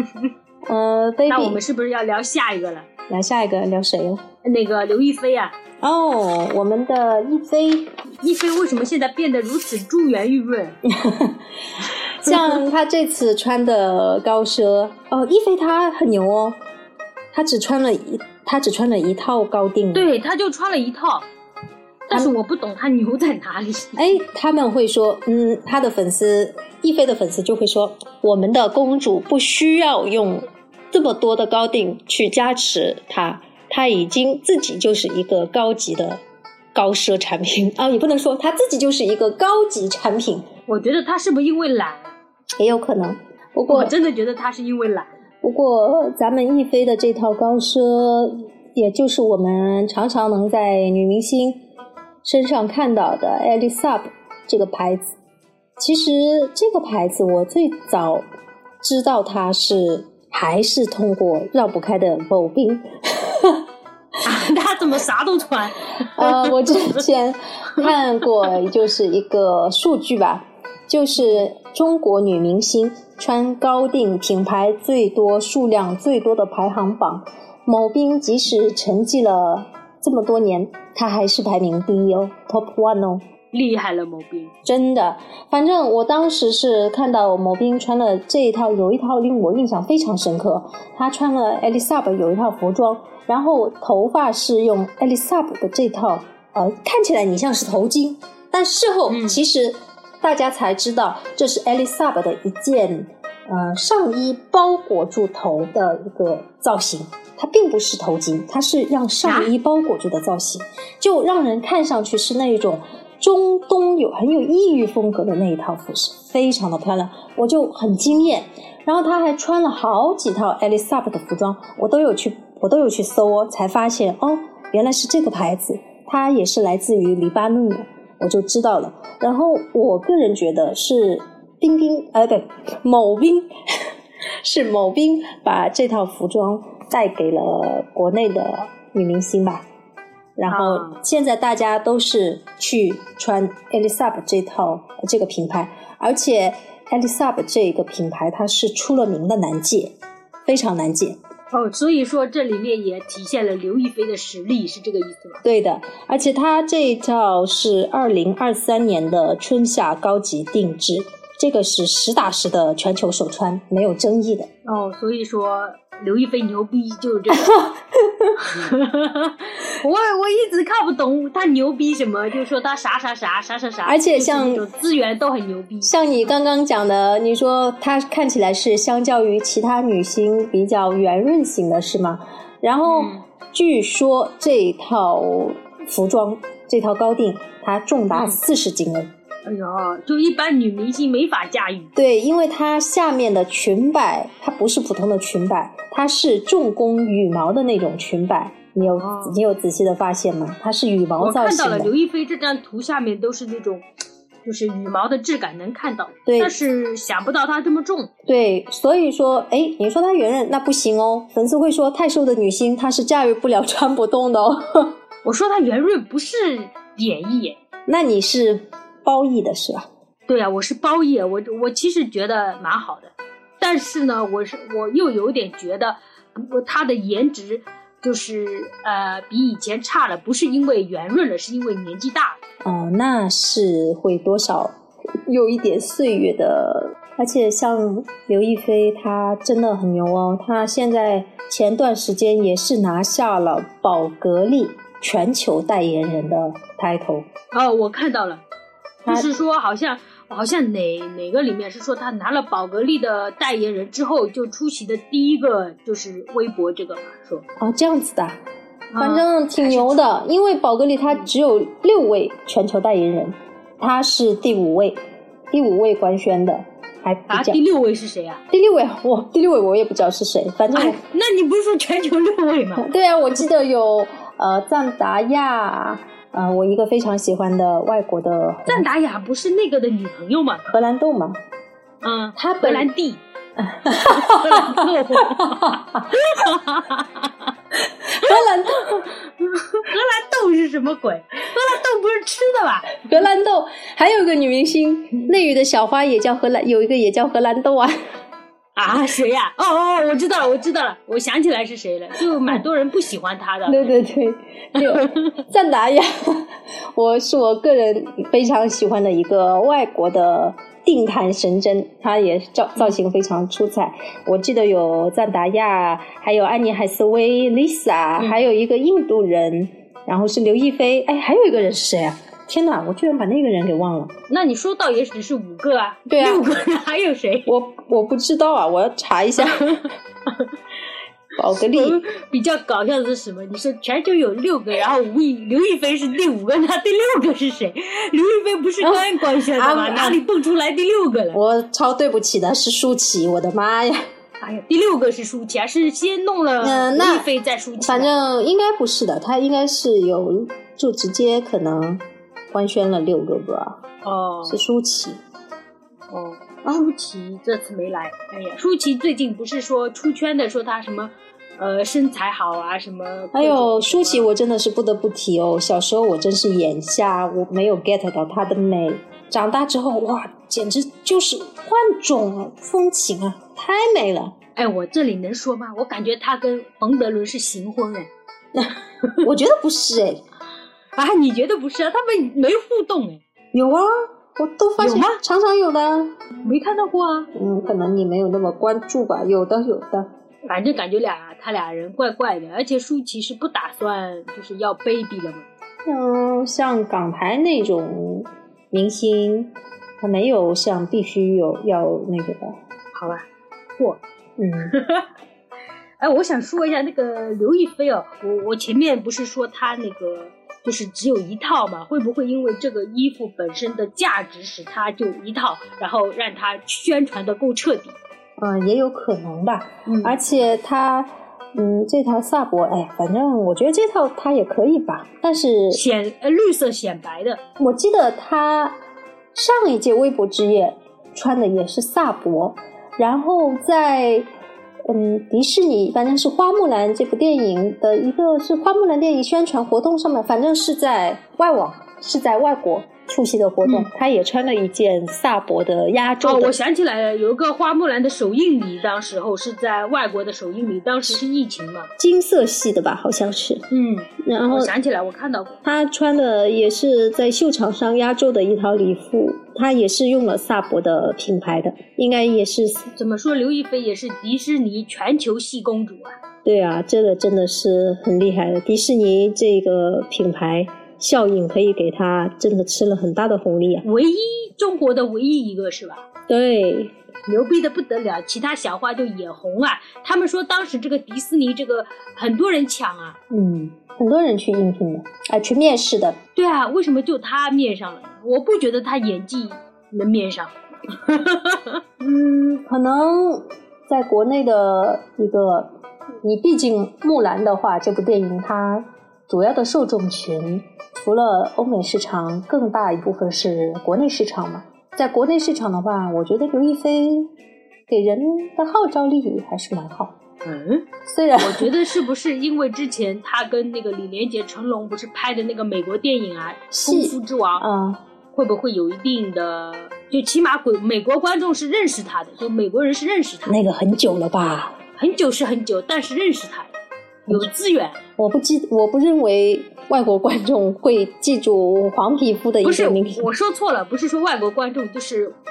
？Baby， 那我们是不是要聊下一个了？ 聊下一个，聊谁了？ 那个刘亦菲啊。 我们的亦菲为什么现在变得如此珠圆玉润？ 像她这次穿的高奢亦菲她很牛哦，她只穿了一套高定， 对，她就穿了一套，但是我不懂她牛在哪里。 他们会说，她的粉丝，亦菲的粉丝就会说，我们的公主不需要用这么多的高定去加持她已经自己就是一个高级的高奢产品也不能说她自己就是一个高级产品。 我觉得她是不是因为懒？ 也有可能，不过我真的觉得她是因为懒。 不过咱们亦菲的这套高奢，也就是我们常常能在女明星身上看到的 Elisab 这个牌子。其实这个牌子我最早知道它还是通过绕不开的某冰。 他怎么啥都穿？ 我之前看过就是一个数据吧，就是中国女明星穿高定品牌最多数量最多的排行榜，某冰即使沉寂了这么多年，它还是排名第一，Top 1哦。 厉害了某冰， 真的。反正我当时是看到某冰穿了这一套，有一套令我印象非常深刻，他穿了 Elisab 有一套服装，然后头发是用 Elisab 的这套看起来你像是头巾，但事后其实大家才知道这是 Elisab 的一件上衣包裹住头的一个造型，它并不是头巾，它是让上衣包裹住的造型，就让人看上去是那种中东很有异域风格的那一套服饰，非常的漂亮，我就很惊艳。然后他还穿了好几套 Elisab 的服装，我都有去搜才发现原来是这个牌子，它也是来自于黎巴嫩的，我就知道了。然后我个人觉得是某冰是某冰把这套服装带给了国内的女明星吧。然后现在大家都是去穿 Elisab 这个品牌，而且 Elisab 这个品牌它是出了名的难戒，非常难戒。 所以说这里面也体现了刘亦菲的实力，是这个意思吗？ 对的，而且它这一套是2023年的春夏高级定制，这个是实打实的全球首穿，没有争议的。 所以说刘亦菲牛逼就是这个。我一直看不懂他牛逼什么，就说他啥， 而且像这种资源都很牛逼。 像你刚刚讲的，你说他看起来是相较于其他女星比较圆润型的是吗？然后据说这套服装这套高定它重达40斤哦。 哎呦，就一般女明星没法驾驭。 对，因为它下面的裙摆它不是普通的裙摆，它是重工羽毛的那种裙摆。你有仔细的发现吗？它是羽毛造型的。 我看到了刘亦菲这张图下面都是那种就是羽毛的质感能看到， 对， 但是想不到它这么重。 对，所以说你说它圆润那不行哦，粉丝会说太瘦的女星她是驾驭不了穿不动的哦。 我说它圆润不是贬义。那你是褒义的是吧？ 对啊，我是褒义，我其实觉得蛮好的，但是呢，我又有点觉得他的颜值就是比以前差了，不是因为圆润了，是因为年纪大了。 那是会多少有一点岁月的而且像刘亦菲她真的很牛哦，她现在前段时间也是拿下了宝格丽全球代言人的title。 我看到了，就是说好像哪个里面是说他拿了宝格丽的代言人之后就出席的第一个就是微博这个嘛，说这样子的，反正挺牛的，因为宝格丽它只有6位全球代言人，他是第五位官宣的，还比较第6位是谁啊？ 第6位我也不知道是谁，反正那你不是说全球6位吗？ 对啊，我记得有赞达亚，我一个非常喜欢的外国的赞达亚不是那个的女朋友吗？ 荷兰豆吗？ 他荷兰弟。荷兰豆是什么鬼？荷兰豆不是吃的吧？ 荷兰豆还有一个女明星，内娱的小花也叫有一个也叫荷兰豆啊。 谁呀？我知道了，我想起来是谁了，就蛮多人不喜欢他的。 对，赞达亚，是我个人非常喜欢的一个外国的定坛神针，他也造型非常出彩。我记得有赞达亚，还有安妮海瑟薇 Lisa，还有一个印度人，然后是刘亦菲，还有一个人是谁啊？天哪，我居然把那个人给忘了。 那你说到也只是5个啊？ 对啊， 6个人还有谁？ 我不知道啊，我要查一下。宝格丽比较搞笑的是什么？你说全球有6个，然后刘亦菲是第5个，那第6个是谁？刘亦菲不是刚官宣的吗？哪里蹦出来第6个了？ 我超对不起的，是舒淇，我的妈呀！ 第6个是舒淇，是先弄了刘亦菲再舒淇？ 反正应该不是的，他应该是就直接可能官宣了6个吧。是舒淇。 舒淇这次没来。舒淇最近不是说出圈的，说她什么身材好啊什么。 舒淇我真的是不得不提哦，小时候我真是眼瞎，我没有 get 到她的美。长大之后哇，简直就是换种风情啊，太美了。 我这里能说吗？我感觉她跟冯德伦是行婚。 我觉得不是。 你觉得不是啊？他们没互动。 有啊，我都发现常常有的。 没看到过啊。 可能你没有那么关注吧，有的。 反正感觉他俩人怪怪的，而且舒淇是不打算就是要 baby 了吗？ 像港台那种明星，他没有像必须要那个的。 好吧，我想说一下那个刘亦菲我前面不是说她那个就是只有一套嘛？会不会因为这个衣服本身的价值使她就一套，然后让她宣传的够彻底？ 也有可能吧。而且她这套萨博，反正我觉得这套她也可以吧，但是绿色显白的。 我记得她上一届微博之夜穿的也是萨博，然后在迪士尼反正是花木兰这部电影的一个是花木兰电影宣传活动上面，反正是在外国出席的活动，他也穿了一件萨博的压轴的。 我想起来了，有一个花木兰的首映礼，当时候是在外国的首映礼，当时是疫情嘛， 金色系的吧，好像是。然后我想起来，我看到过。 他穿的也是在秀场上压轴的一套礼服，他也是用了萨博的品牌的，应该也是。 怎么说，刘亦菲也是迪士尼全球系公主啊？ 对啊，这个真的是很厉害的，迪士尼这个品牌效应可以给他真的吃了很大的红利啊！ 中国的唯一一个是吧？ 对， 牛逼的不得了，其他小花就也红啊。他们说当时这个迪士尼这个很多人抢啊， 很多人去应聘的，去面试的。 对啊，为什么就他面上了？我不觉得他演技能面上。 可能在国内的一个，你毕竟木兰的话，这部电影它主要的受众群除了欧美市场，更大一部分是国内市场嘛。在国内市场的话，我觉得刘亦菲给人的号召力还是蛮好。虽然我觉得是不是因为之前他跟那个李连杰、成龙不是拍的那个美国电影啊，《功夫之王》会不会有一定的，就起码美国观众是认识他的，就美国人是认识他的。 那个很久了吧？ 很久是很久，但是认识他的。有资源，我不认为外国观众会记住黄皮肤的一个明星。 不是，我说错了，不是说外国观众，就是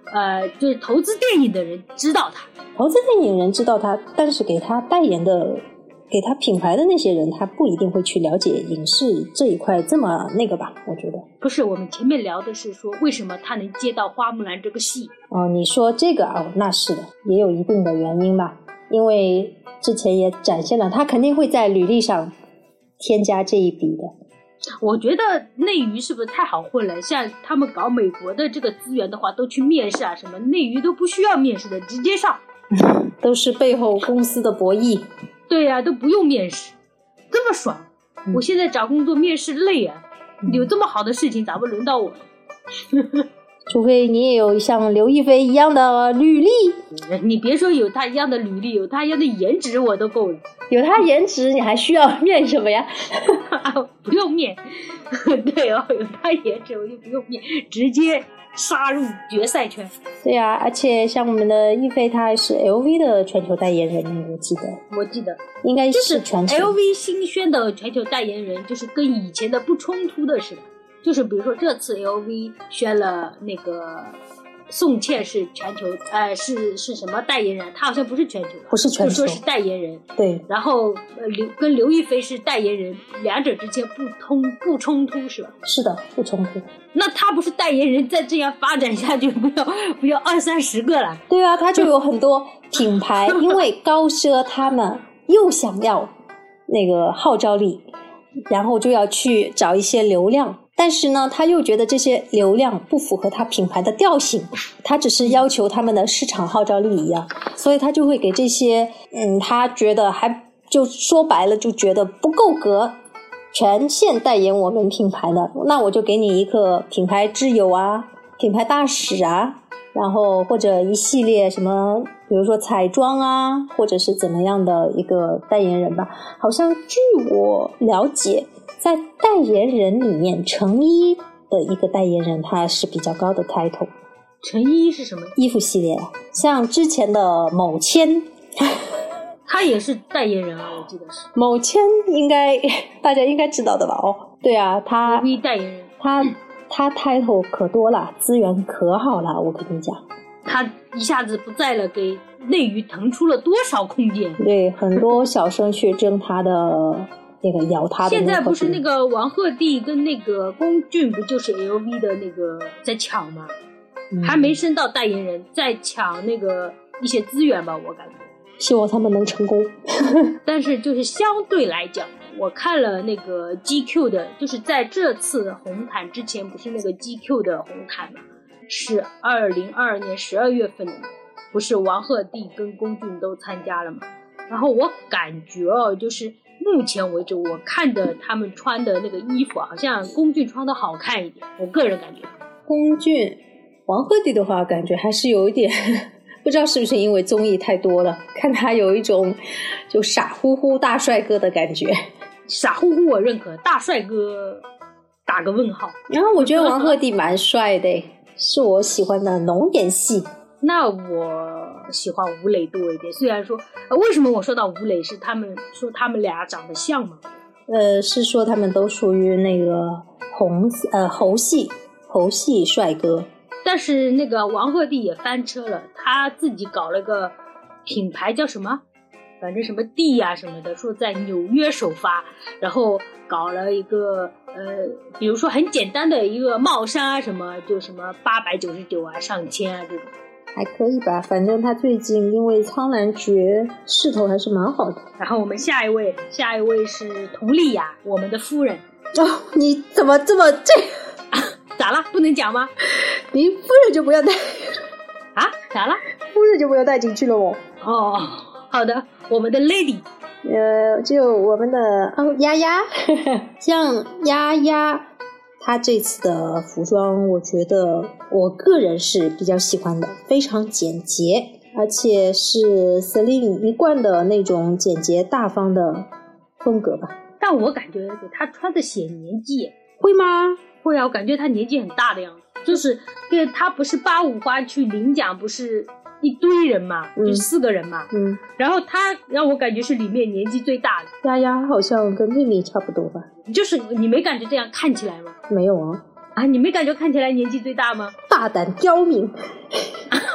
就是投资电影的人知道他， 但是给他代言的给他品牌的那些人，他不一定会去了解影视这一块这么那个吧，我觉得。 不是，我们前面聊的是说为什么他能接到花木兰这个戏。 你说这个那是的，也有一定的原因吧，因为之前也展现了他肯定会在履历上添加这一笔的。 我觉得内娱是不是太好混了，像他们搞美国的这个资源的话都去面试啊什么，内娱都不需要面试的，直接上。 都是背后公司的博弈。 对啊，都不用面试，这么爽。我现在找工作面试累啊，有这么好的事情咋不轮到我？ 除非你也有像刘亦菲一样的履历。 你别说有她一样的履历，有她一样的颜值我都够了。 有她颜值你还需要面什么呀？ 不用面。对哦，有她颜值我就不用面，直接杀入决赛圈。 对啊，而且像我们的亦菲，她还是 LV 的全球代言人，我记得应该是全球。 就是 LV 新宣的全球代言人，就是跟以前的不冲突的似的。就是比如说这次 LV 宣了那个宋茜是全球是什么代言人，她好像不是全球， 不是全球， 就说是代言人。 对， 然后跟刘亦菲是代言人，两者之间不冲突是吧？ 是的，不冲突。 那他不是代言人，再这样发展下去，不要20-30个了。 对啊，他就有很多品牌，因为高奢他们又想要那个号召力，然后就要去找一些流量。但是呢，他又觉得这些流量不符合他品牌的调性，他只是要求他们的市场号召力一样，所以他就会给这些他觉得还就说白了就觉得不够格全线代言我们品牌的，那我就给你一个品牌挚友啊，品牌大使啊，然后或者一系列什么比如说彩妆啊，或者是怎么样的一个代言人吧。好像据我了解，在代言人里面成衣的一个代言人他是比较高的 title。 成衣是什么？ 衣服系列，像之前的某谦他也是代言人啊，我记得是某谦，大家应该知道的吧？对啊，他 LV 代言人， 他 title 可多了，资源可好了，我跟你讲， 他一下子不在了，给内娱腾出了多少空间？ 对，很多小生去争他的那个咬他的。 现在不是那个王鹤棣跟那个龚俊不就是 LV 的那个在抢吗？还没升到代言人，在抢那个一些资源吧，我感觉。 希望他们能成功。 但是就是相对来讲，我看了那个 GQ 的，就是在这次红毯之前，不是那个 GQ 的红毯嘛，是2022年12月份的，不是王鹤棣跟龚俊都参加了嘛？然后我感觉就是目前为止我看的他们穿的那个衣服，好像龚俊穿的好看一点，我个人感觉。 龚俊，王鹤棣的话，感觉还是有一点。不知道是不是因为综艺太多了，看他有一种就傻乎乎大帅哥的感觉。 傻乎乎我认可，大帅哥打个问号。 然后我觉得王鹤棣蛮帅的，是我喜欢的浓颜系。 那我喜欢吴磊多一点，虽然说为什么我说到吴磊，是他们说他们俩长得像吗？ 是说他们都属于那个猴系帅哥。 但是那个王鹤棣也翻车了，他自己搞了个品牌叫什么，反正什么地呀什么的，说在纽约首发，然后搞了一个比如说很简单的一个帽衫啊什么，就什么899啊上千啊这种， 还可以吧，反正他最近因为苍兰诀势头还是蛮好的。 然后我们下一位是佟丽娅，我们的夫人。 你怎么这么咋了？不能讲吗？ 你夫人就不要带啊？咋了？ 夫人就不要带进去了哦。 好的，我们的 lady， 就我们的丫丫，像丫丫，她这次的服装，我觉得我个人是比较喜欢的，非常简洁，而且是 Celine 一贯的那种简洁大方的风格吧。 但我感觉给她穿的显年纪。 会吗？ 会啊，我感觉他年纪很大的样子，就是对他不是85花去领奖，不是一堆人嘛，就4个人嘛，然后他让我感觉是里面年纪最大的。 丫丫好像跟妹妹差不多吧？ 就是你没感觉这样看起来吗？ 没有啊， 你没感觉看起来年纪最大吗？ 大胆刁民，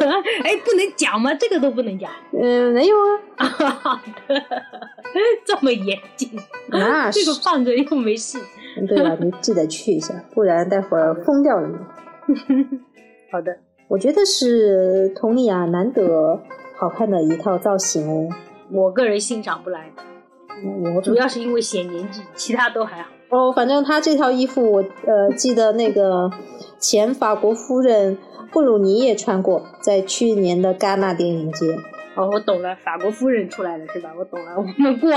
哎，不能讲吗？这个都不能讲。 没有啊。 好的，这么严谨， 那这个放着又没事。 对啊，你记得去一下，不然待会儿疯掉了你。 好的， 我觉得是佟丽娅难得好看的一套造型哦。 我个人欣赏不来，我主要是因为显年纪，其他都还好。 哦，反正她这套衣服我记得那个前法国夫人布鲁尼也穿过，在去年的戛纳电影节。 哦，我懂了，法国夫人出来了是吧？我懂了，我们过。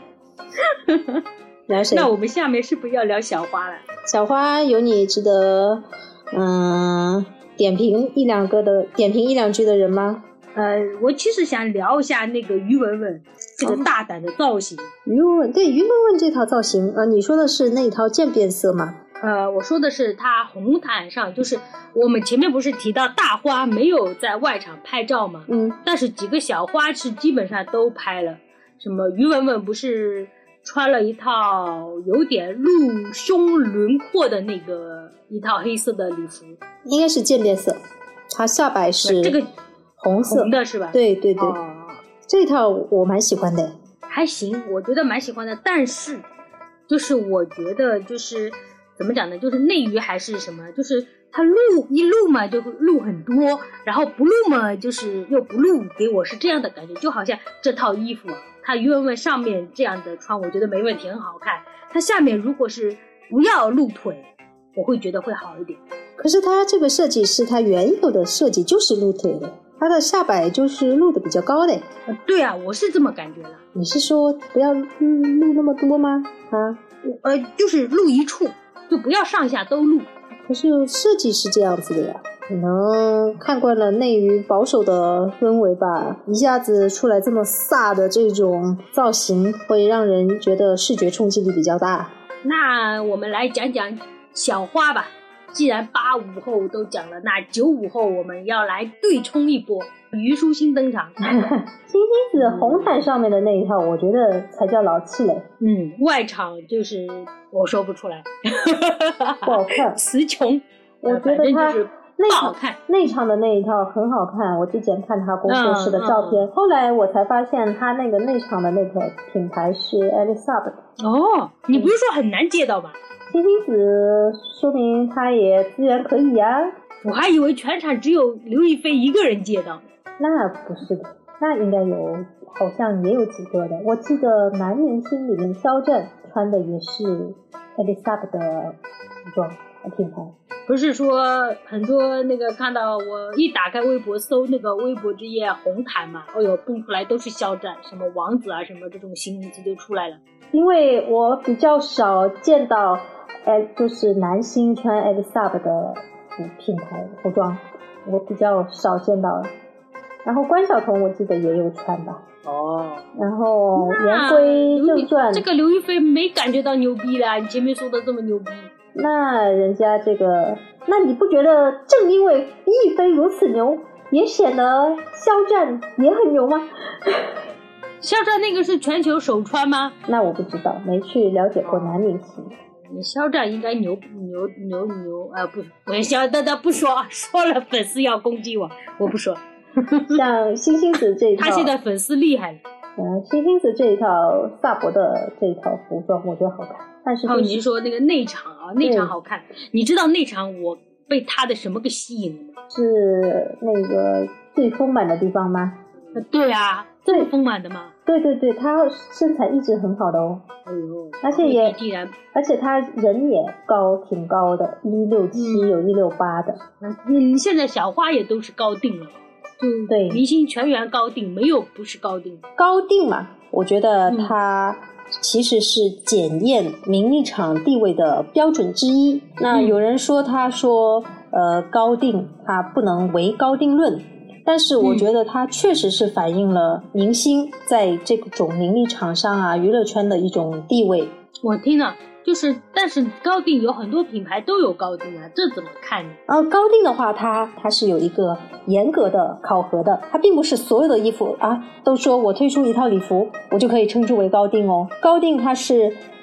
聊谁？ 那我们下面是不是要聊小花了？ 小花有你值得点评一两句的人吗？ 我其实想聊一下那个于文文这个大胆的造型。 于文文这套造型，你说的是那一套渐变色吗？ 我说的是她红毯上，就是我们前面不是提到大花没有在外场拍照吗？但是几个小花是基本上都拍了。什么于文文不是穿了一套有点露胸轮廓的那个一套黑色的礼服， 应该是渐变色，它下摆是这个红色的是吧？ 对对对，这套我蛮喜欢的。 还行，我觉得蛮喜欢的，但是就是我觉得就是怎么讲呢，就是内娱还是什么，就是它一录嘛就录很多，然后不录嘛就是又不录，给我是这样的感觉。就好像这套衣服它于文文上面这样的穿我觉得没问题，很好看，它下面如果是不要露腿，我会觉得会好一点。 可是它这个设计是它原有的设计就是露腿的，它的下摆就是露的比较高的。 对啊，我是这么感觉的。 你是说不要露那么多吗？ 就是露一处，就不要上下都露。 可是设计是这样子的呀，可能看惯了内娱保守的氛围吧，一下子出来这么飒的这种造型，会让人觉得视觉冲击力比较大。 那我们来讲讲小花吧。既然85后都讲了，那95后我们要来对冲一波。虞书欣登场。 星星子红毯上面的那一套，我觉得才叫老气嘞。 外场就是我说不出来， 不好看， 词穷。 我觉得他不好看。 内场的那一套很好看，我之前看他工作室的照片，后来我才发现他那个内场的那个品牌是 Elisab。 你不是说很难接到吗？ 星星子说明他也资源可以啊。 我还以为全场只有刘亦菲一个人接到。 那不是的，那应该有，好像也有几个的。我记得男明星里面肖战穿的也是 Elisab 的服装品牌。 不是说很多那个看到我一打开微博搜那个微博之夜红毯嘛，蹦出来都是肖战，什么王子啊什么这种新名字就出来了。 因为我比较少见到就是男星穿 Elisab 的品牌服装，我比较少见到了。然后关晓彤我记得也有穿吧。然后言归正传， 这个刘亦菲没感觉到牛逼啦，你前面说的这么牛逼。 那人家这个，那你不觉得正因为亦菲如此牛，也显得肖战也很牛吗？ 肖战那个是全球首穿吗？ 那我不知道，没去了解过男明星。 肖战应该牛不肖的不说了粉丝要攻击我不说。 像星星子这一套， 他现在粉丝厉害了。 星星子这一套萨博的这一套服装我觉得好看，但是你是说那个内场内场好看？你知道内场我被他的什么给吸引了吗？ 是那个最丰满的地方吗？ 对啊，这么丰满的吗？ 对对对，他身材一直很好的哦。而且他人也高，挺高的，167有168的。 现在小花也都是高定了。 对， 明星全员高定，没有不是高定。 高定嘛，我觉得它其实是检验名利场地位的标准之一。那有人说高定它不能唯高定论，但是我觉得它确实是反映了明星在这种名利场上啊，娱乐圈的一种地位。 我听了。但是高定有很多品牌都有高定啊，这怎么看呢？ 高定的话，它是有一个严格的考核的，它并不是所有的衣服都说我推出一套礼服，我就可以称之为高定哦。高定它是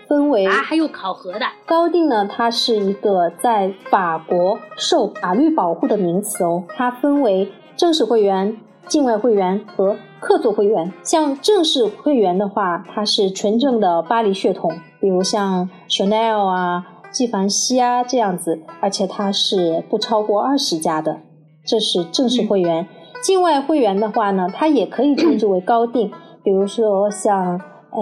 分为还有考核的。 高定呢，它是一个在法国受法律保护的名词哦，它分为正式会员、境外会员和客座会员。像正式会员的话，它是纯正的巴黎血统，比如像 Chanel 啊、纪梵希啊这样子，而且它是不超过20家的，这是正式会员。境外会员的话呢，它也可以称之为高定，比如说像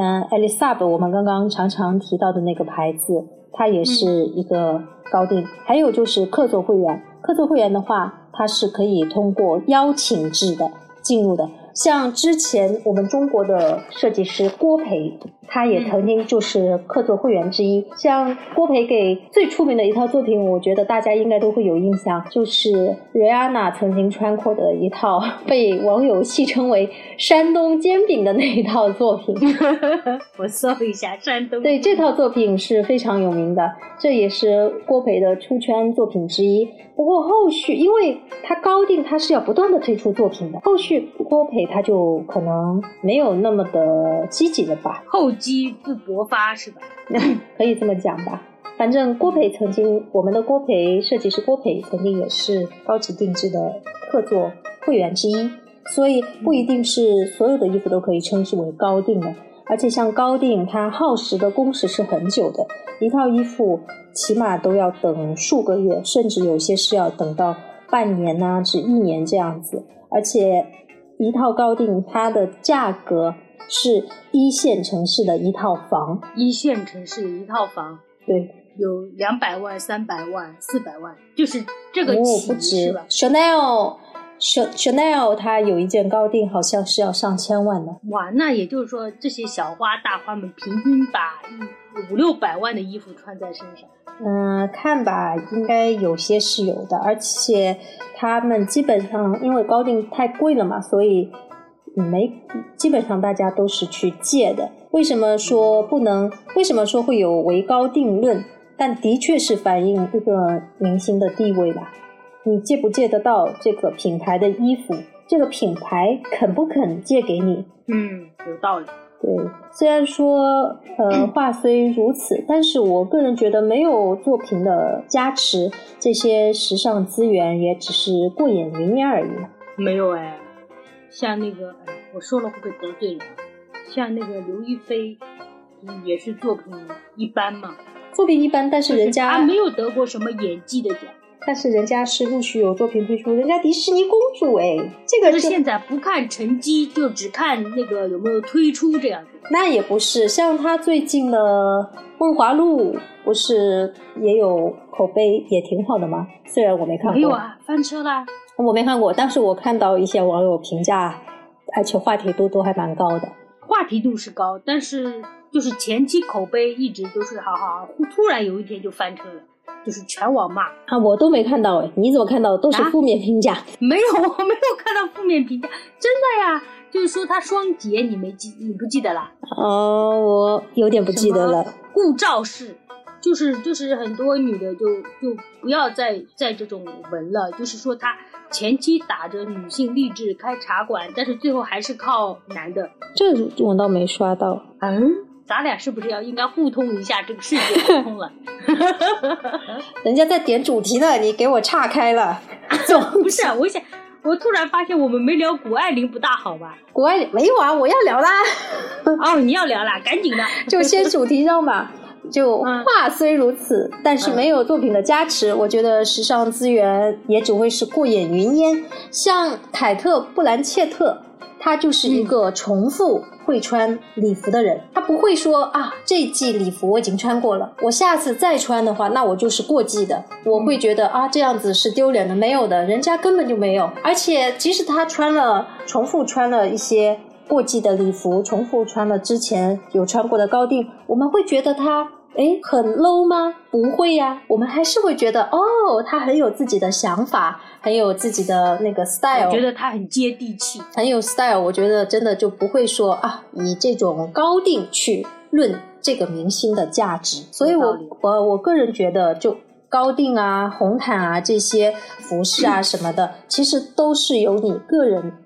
Elisab 我们刚刚常常提到的那个牌子，它也是一个高定。还有就是客座会员，客座会员的话，它是可以通过邀请制的进入的。像之前我们中国的设计师郭培，他也曾经就是客座会员之一。像郭培给最出名的一套作品，我觉得大家应该都会有印象，就是瑞安娜曾经穿过的一套被网友戏称为山东煎饼的那一套作品。 我搜一下山东。 对，这套作品是非常有名的，这也是郭培的出圈作品之一。不过后续因为他高定，他是要不断的推出作品的，后续郭培他就可能没有那么的积极了吧， 厚积不薄发是吧？ 可以这么讲吧。反正郭培曾经，我们的郭培设计师郭培曾经也是高级定制的客座会员之一，所以不一定是所有的衣服都可以称之为高定的。而且像高定，它耗时的工时是很久的，一套衣服起码都要等数个月，甚至有些是要等到半年啊至1年这样子。而且一套高定它的价格是1线城市的一套房 ，1线城市的一套房， 对， 有200万、300万、400万，就是这个不止。Chanel 它有一件高定好像是要上千万的。 哇，那也就是说这些小花大花们平均把500-600万的衣服穿在身上。 看吧，应该有些是有的，而且他们基本上因为高定太贵了嘛，所以基本上大家都是去借的。为什么说会有为高定论？但的确是反映一个明星的地位吧。你借不借得到这个品牌的衣服，这个品牌肯不肯借给你？ 有道理。 对，虽然说话虽如此，但是我个人觉得没有作品的加持，这些时尚资源也只是过眼云烟而已嘛。 没有像那个我说了会不会得罪人？像那个刘亦菲也是作品一般嘛。 作品一般，但是人家她没有得过什么演技的奖。 但是人家是陆续有作品推出，人家迪士尼公主这个是现在不看成绩，就只看那个有没有推出这样子。 那也不是，像他最近的《梦华录》不是也有口碑也挺好的吗？虽然我没看过。 没有啊，翻车啦。 我没看过，但是我看到一些网友评价，而且话题度都还蛮高的。 话题度是高，但是就是前期口碑一直都是好，突然有一天就翻车了。就是全网骂我都没看到你怎么看到？都是负面评价。 没有，我没有看到负面评价，真的呀。就是说他双节，你不记得啦？ 我有点不记得了。 顾兆氏，就是很多女的就不要再这种文了，就是说他前期打着女性励志开茶馆，但是最后还是靠男的。 这我倒没刷到。 咱俩是不是应该互通一下这个世界互通了？ 人家在点主题呢，你给我岔开了。 不是，我突然发现我们没聊谷爱凌不大好吧？ 谷爱凌没有啊，我要聊啦。 你要聊啦，赶紧的。 就先主题上吧。就话虽如此，但是没有作品的加持，我觉得时尚资源也只会是过眼云烟。像凯特·布兰切特，她就是一个重复会穿礼服的人，他不会说这一季礼服我已经穿过了，我下次再穿的话那我就是过季的，我会觉得这样子是丢脸的。没有的，人家根本就没有。而且即使他重复穿了一些过季的礼服，重复穿了之前有穿过的高定，我们会觉得他很 low 吗？不会呀，我们还是会觉得他很有自己的想法，很有自己的那个 style。 我觉得他很接地气， 很有 style。我觉得真的就不会说以这种高定去论这个明星的价值。所以我个人觉得，就高定红毯这些服饰什么的，其实都是由你个人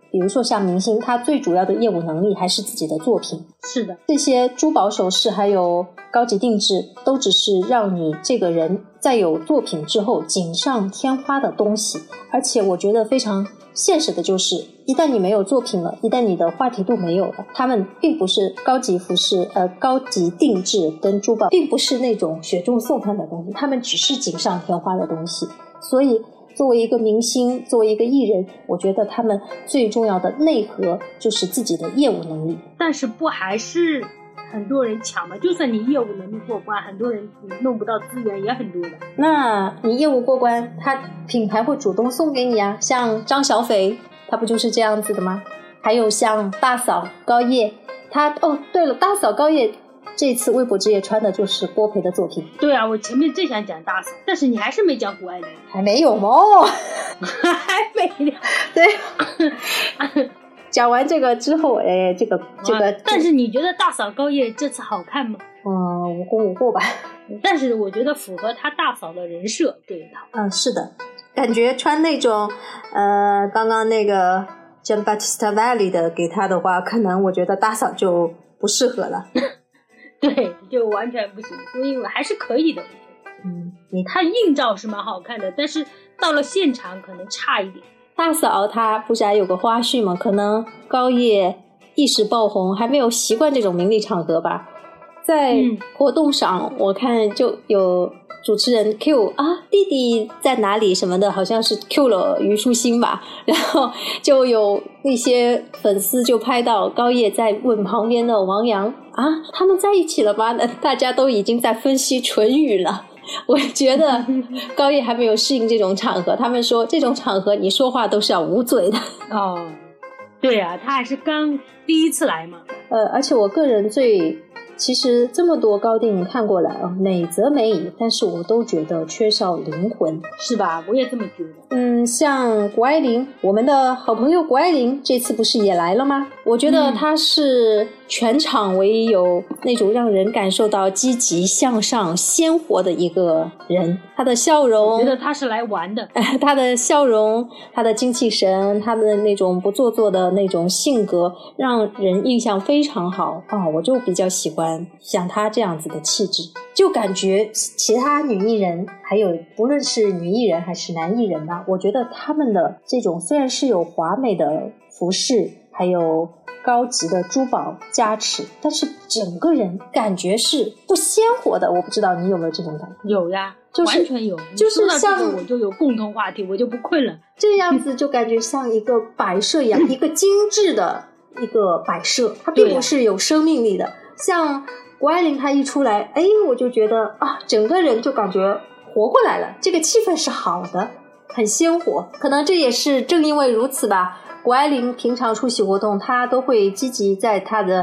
比如说像明星，他最主要的业务能力还是自己的作品。 是的， 这些珠宝首饰还有高级定制都只是让你这个人在有作品之后锦上添花的东西。而且我觉得非常现实的就是，一旦你没有作品了，一旦你的话题度没有了，他们并不是高级服饰高级定制跟珠宝并不是那种雪中送炭的东西，他们只是锦上添花的东西。所以作为一个明星，作为一个艺人，我觉得他们最重要的内核就是自己的业务能力。 但是不还是很多人抢嘛？就算你业务能力过关，很多人弄不到资源也很多的。 那你业务过关，他品牌会主动送给你啊，像张小斐他不就是这样子的吗？还有像大嫂高叶，对了，大嫂高叶这次微博之夜穿的就是郭培的作品。 对啊，我前面正想讲大嫂，但是你还是没讲谷爱凌。 还没有吗？ 还没对讲完这个之后，这个但是你觉得大嫂高叶这次好看吗 ？5公5过吧。 但是我觉得符合她大嫂的人设这一套。 是的，感觉穿那种刚刚那个 Giambattista Valli 的给她的话，可能我觉得大嫂就不适合了。 对，就完全不行，所以我还是可以的。你看硬照是蛮好看的，但是到了现场可能差一点。 大嫂她不是还有个花絮吗？可能高叶一时爆红，还没有习惯这种名利场合吧。在活动上，我看就有主持人 Q 弟弟在哪里什么的，好像是 Q 了虞书欣吧，然后就有那些粉丝就拍到高叶在问旁边的王阳他们在一起了吗？大家都已经在分析唇语了。我觉得高叶还没有适应这种场合，他们说这种场合你说话都是要捂嘴的。 对啊，他还是第一次来嘛。 而且我个人其实这么多高定看过来美则美矣，但是我都觉得缺少灵魂， 是吧？我也这么觉得。 像谷爱凌，我们的好朋友谷爱凌这次不是也来了吗？我觉得她是全场唯一有那种让人感受到积极向上鲜活的一个人。她的笑容， 我觉得她是来玩的。 她的笑容，她的精气神，她的那种不做作的那种性格，让人印象非常好我就比较喜欢像她这样子的气质。就感觉其他女艺人，还有不论是女艺人还是男艺人吧，我觉得他们的这种虽然是有华美的服饰，还有高级的珠宝加持，但是整个人感觉是不鲜活的。我不知道你有没有这种感觉？ 有呀， 完全有。 就是像我就有共同话题，我就不困了。 这样子就感觉像一个摆设一样，一个精致的一个摆设，它并不是有生命力的。像谷爱凌她一出来，我就觉得整个人就感觉活过来了，这个气氛是好的，很鲜活。可能这也是正因为如此吧，谷爱凌平常出席活动她都会积极在她的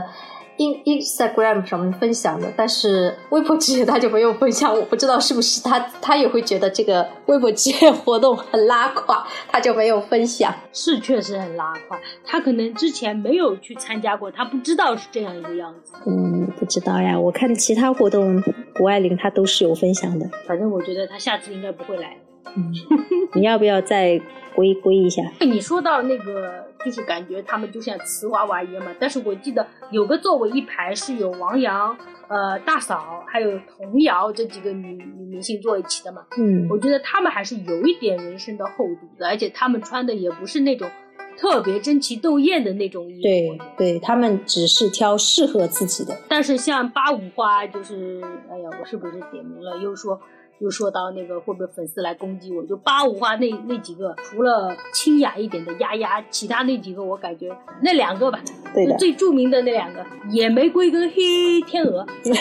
Instagram 上面分享的，但是微博之夜她就没有分享。我不知道是不是她也会觉得这个微博之夜活动很拉垮，她就没有分享。 是确实很拉垮，她可能之前没有去参加过，她不知道是这样一个样子。 不知道呀，我看其他活动谷爱凌她都是有分享的。 反正我觉得她下次应该不会来。 你要不要再归一下？ 你说到那个就是感觉他们就像瓷娃娃一样嘛，但是我记得有个座位一排是有王阳、大嫂还有童谣这几个女明星坐一起的嘛。我觉得他们还是有一点人生的厚度的，而且他们穿的也不是那种特别争奇斗艳的那种衣服。 对，他们只是挑适合自己的。 但是像八五花就是我是不是点名了，又说到那个会不会粉丝来攻击我，就八五花那几个，除了清雅一点的丫丫，其他那几个我感觉那两个吧， 对的， 最著名的那两个野玫瑰跟黑天鹅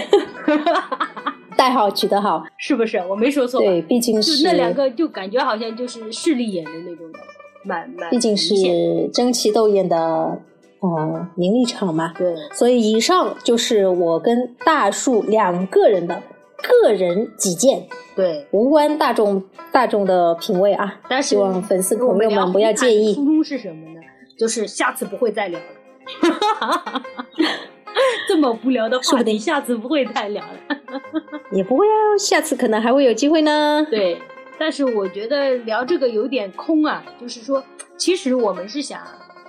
代号取得好， 是不是？我没说错吧？ 对，毕竟是那两个就感觉好像就是势利眼的那种毕竟是争奇斗艳的名利场嘛。 对， 所以以上就是我跟大树两个人的个人己见， 对， 无关大众的品味啊。 但是希望粉丝朋友们不要介意。 初衷是什么呢？就是下次不会再聊了。这么无聊的话题，下次不会再聊了。 也不会下次可能还会有机会呢。 对，但是我觉得聊这个有点空啊，就是说，其实我们是想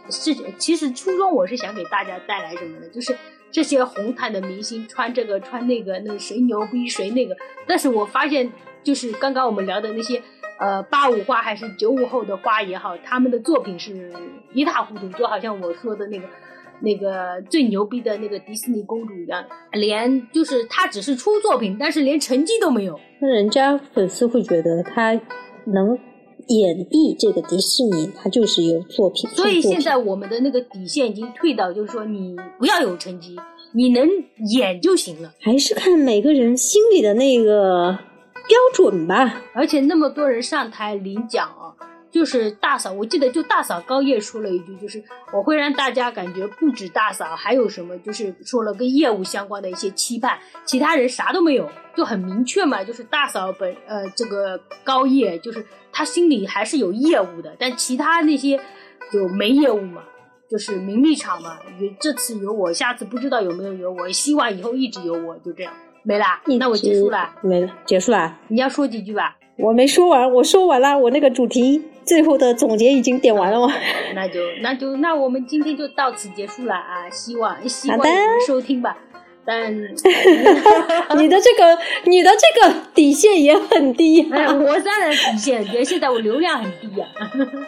其实初衷我是想给大家带来什么呢？就是这些红毯的明星穿这个穿那个，那谁牛逼谁那个。但是我发现，就是刚刚我们聊的那些85花还是95后的花也好，他们的作品是一塌糊涂，就好像我说的那个最牛逼的那个迪士尼公主一样，连就是她只是出作品，但是连成绩都没有。 那人家粉丝会觉得她能演绎这个迪士尼，她就是有作品。 所以现在我们的那个底线已经退到，就是说你不要有成绩，你能演就行了。 还是看每个人心里的那个标准吧。 而且那么多人上台领奖啊，就是大嫂，我记得就大嫂高叶说了一句，就是我会让大家感觉不止大嫂，还有什么，就是说了跟业务相关的一些期盼，其他人啥都没有，就很明确嘛，就是大嫂这个高叶，就是他心里还是有业务的，但其他那些就没业务嘛，就是名利场嘛，这次有我，下次不知道有没有有我，希望以后一直有我，就这样。没啦，那我结束了。 没了，结束了。 你要说几句吧？ 我没说完，我说完了，我那个主题最后的总结已经点完了吗？ 那我们今天就到此结束了啊！希望有人收听吧。但你的这个底线也很低啊。 我当然底线，现在我流量很低啊。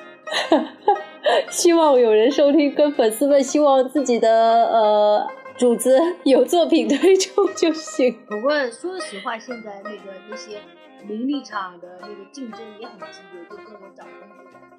希望有人收听，跟粉丝们希望自己的主子有作品推出就行。 不过说实话，现在那些名利场的那个竞争也很激烈，就跟我找工作。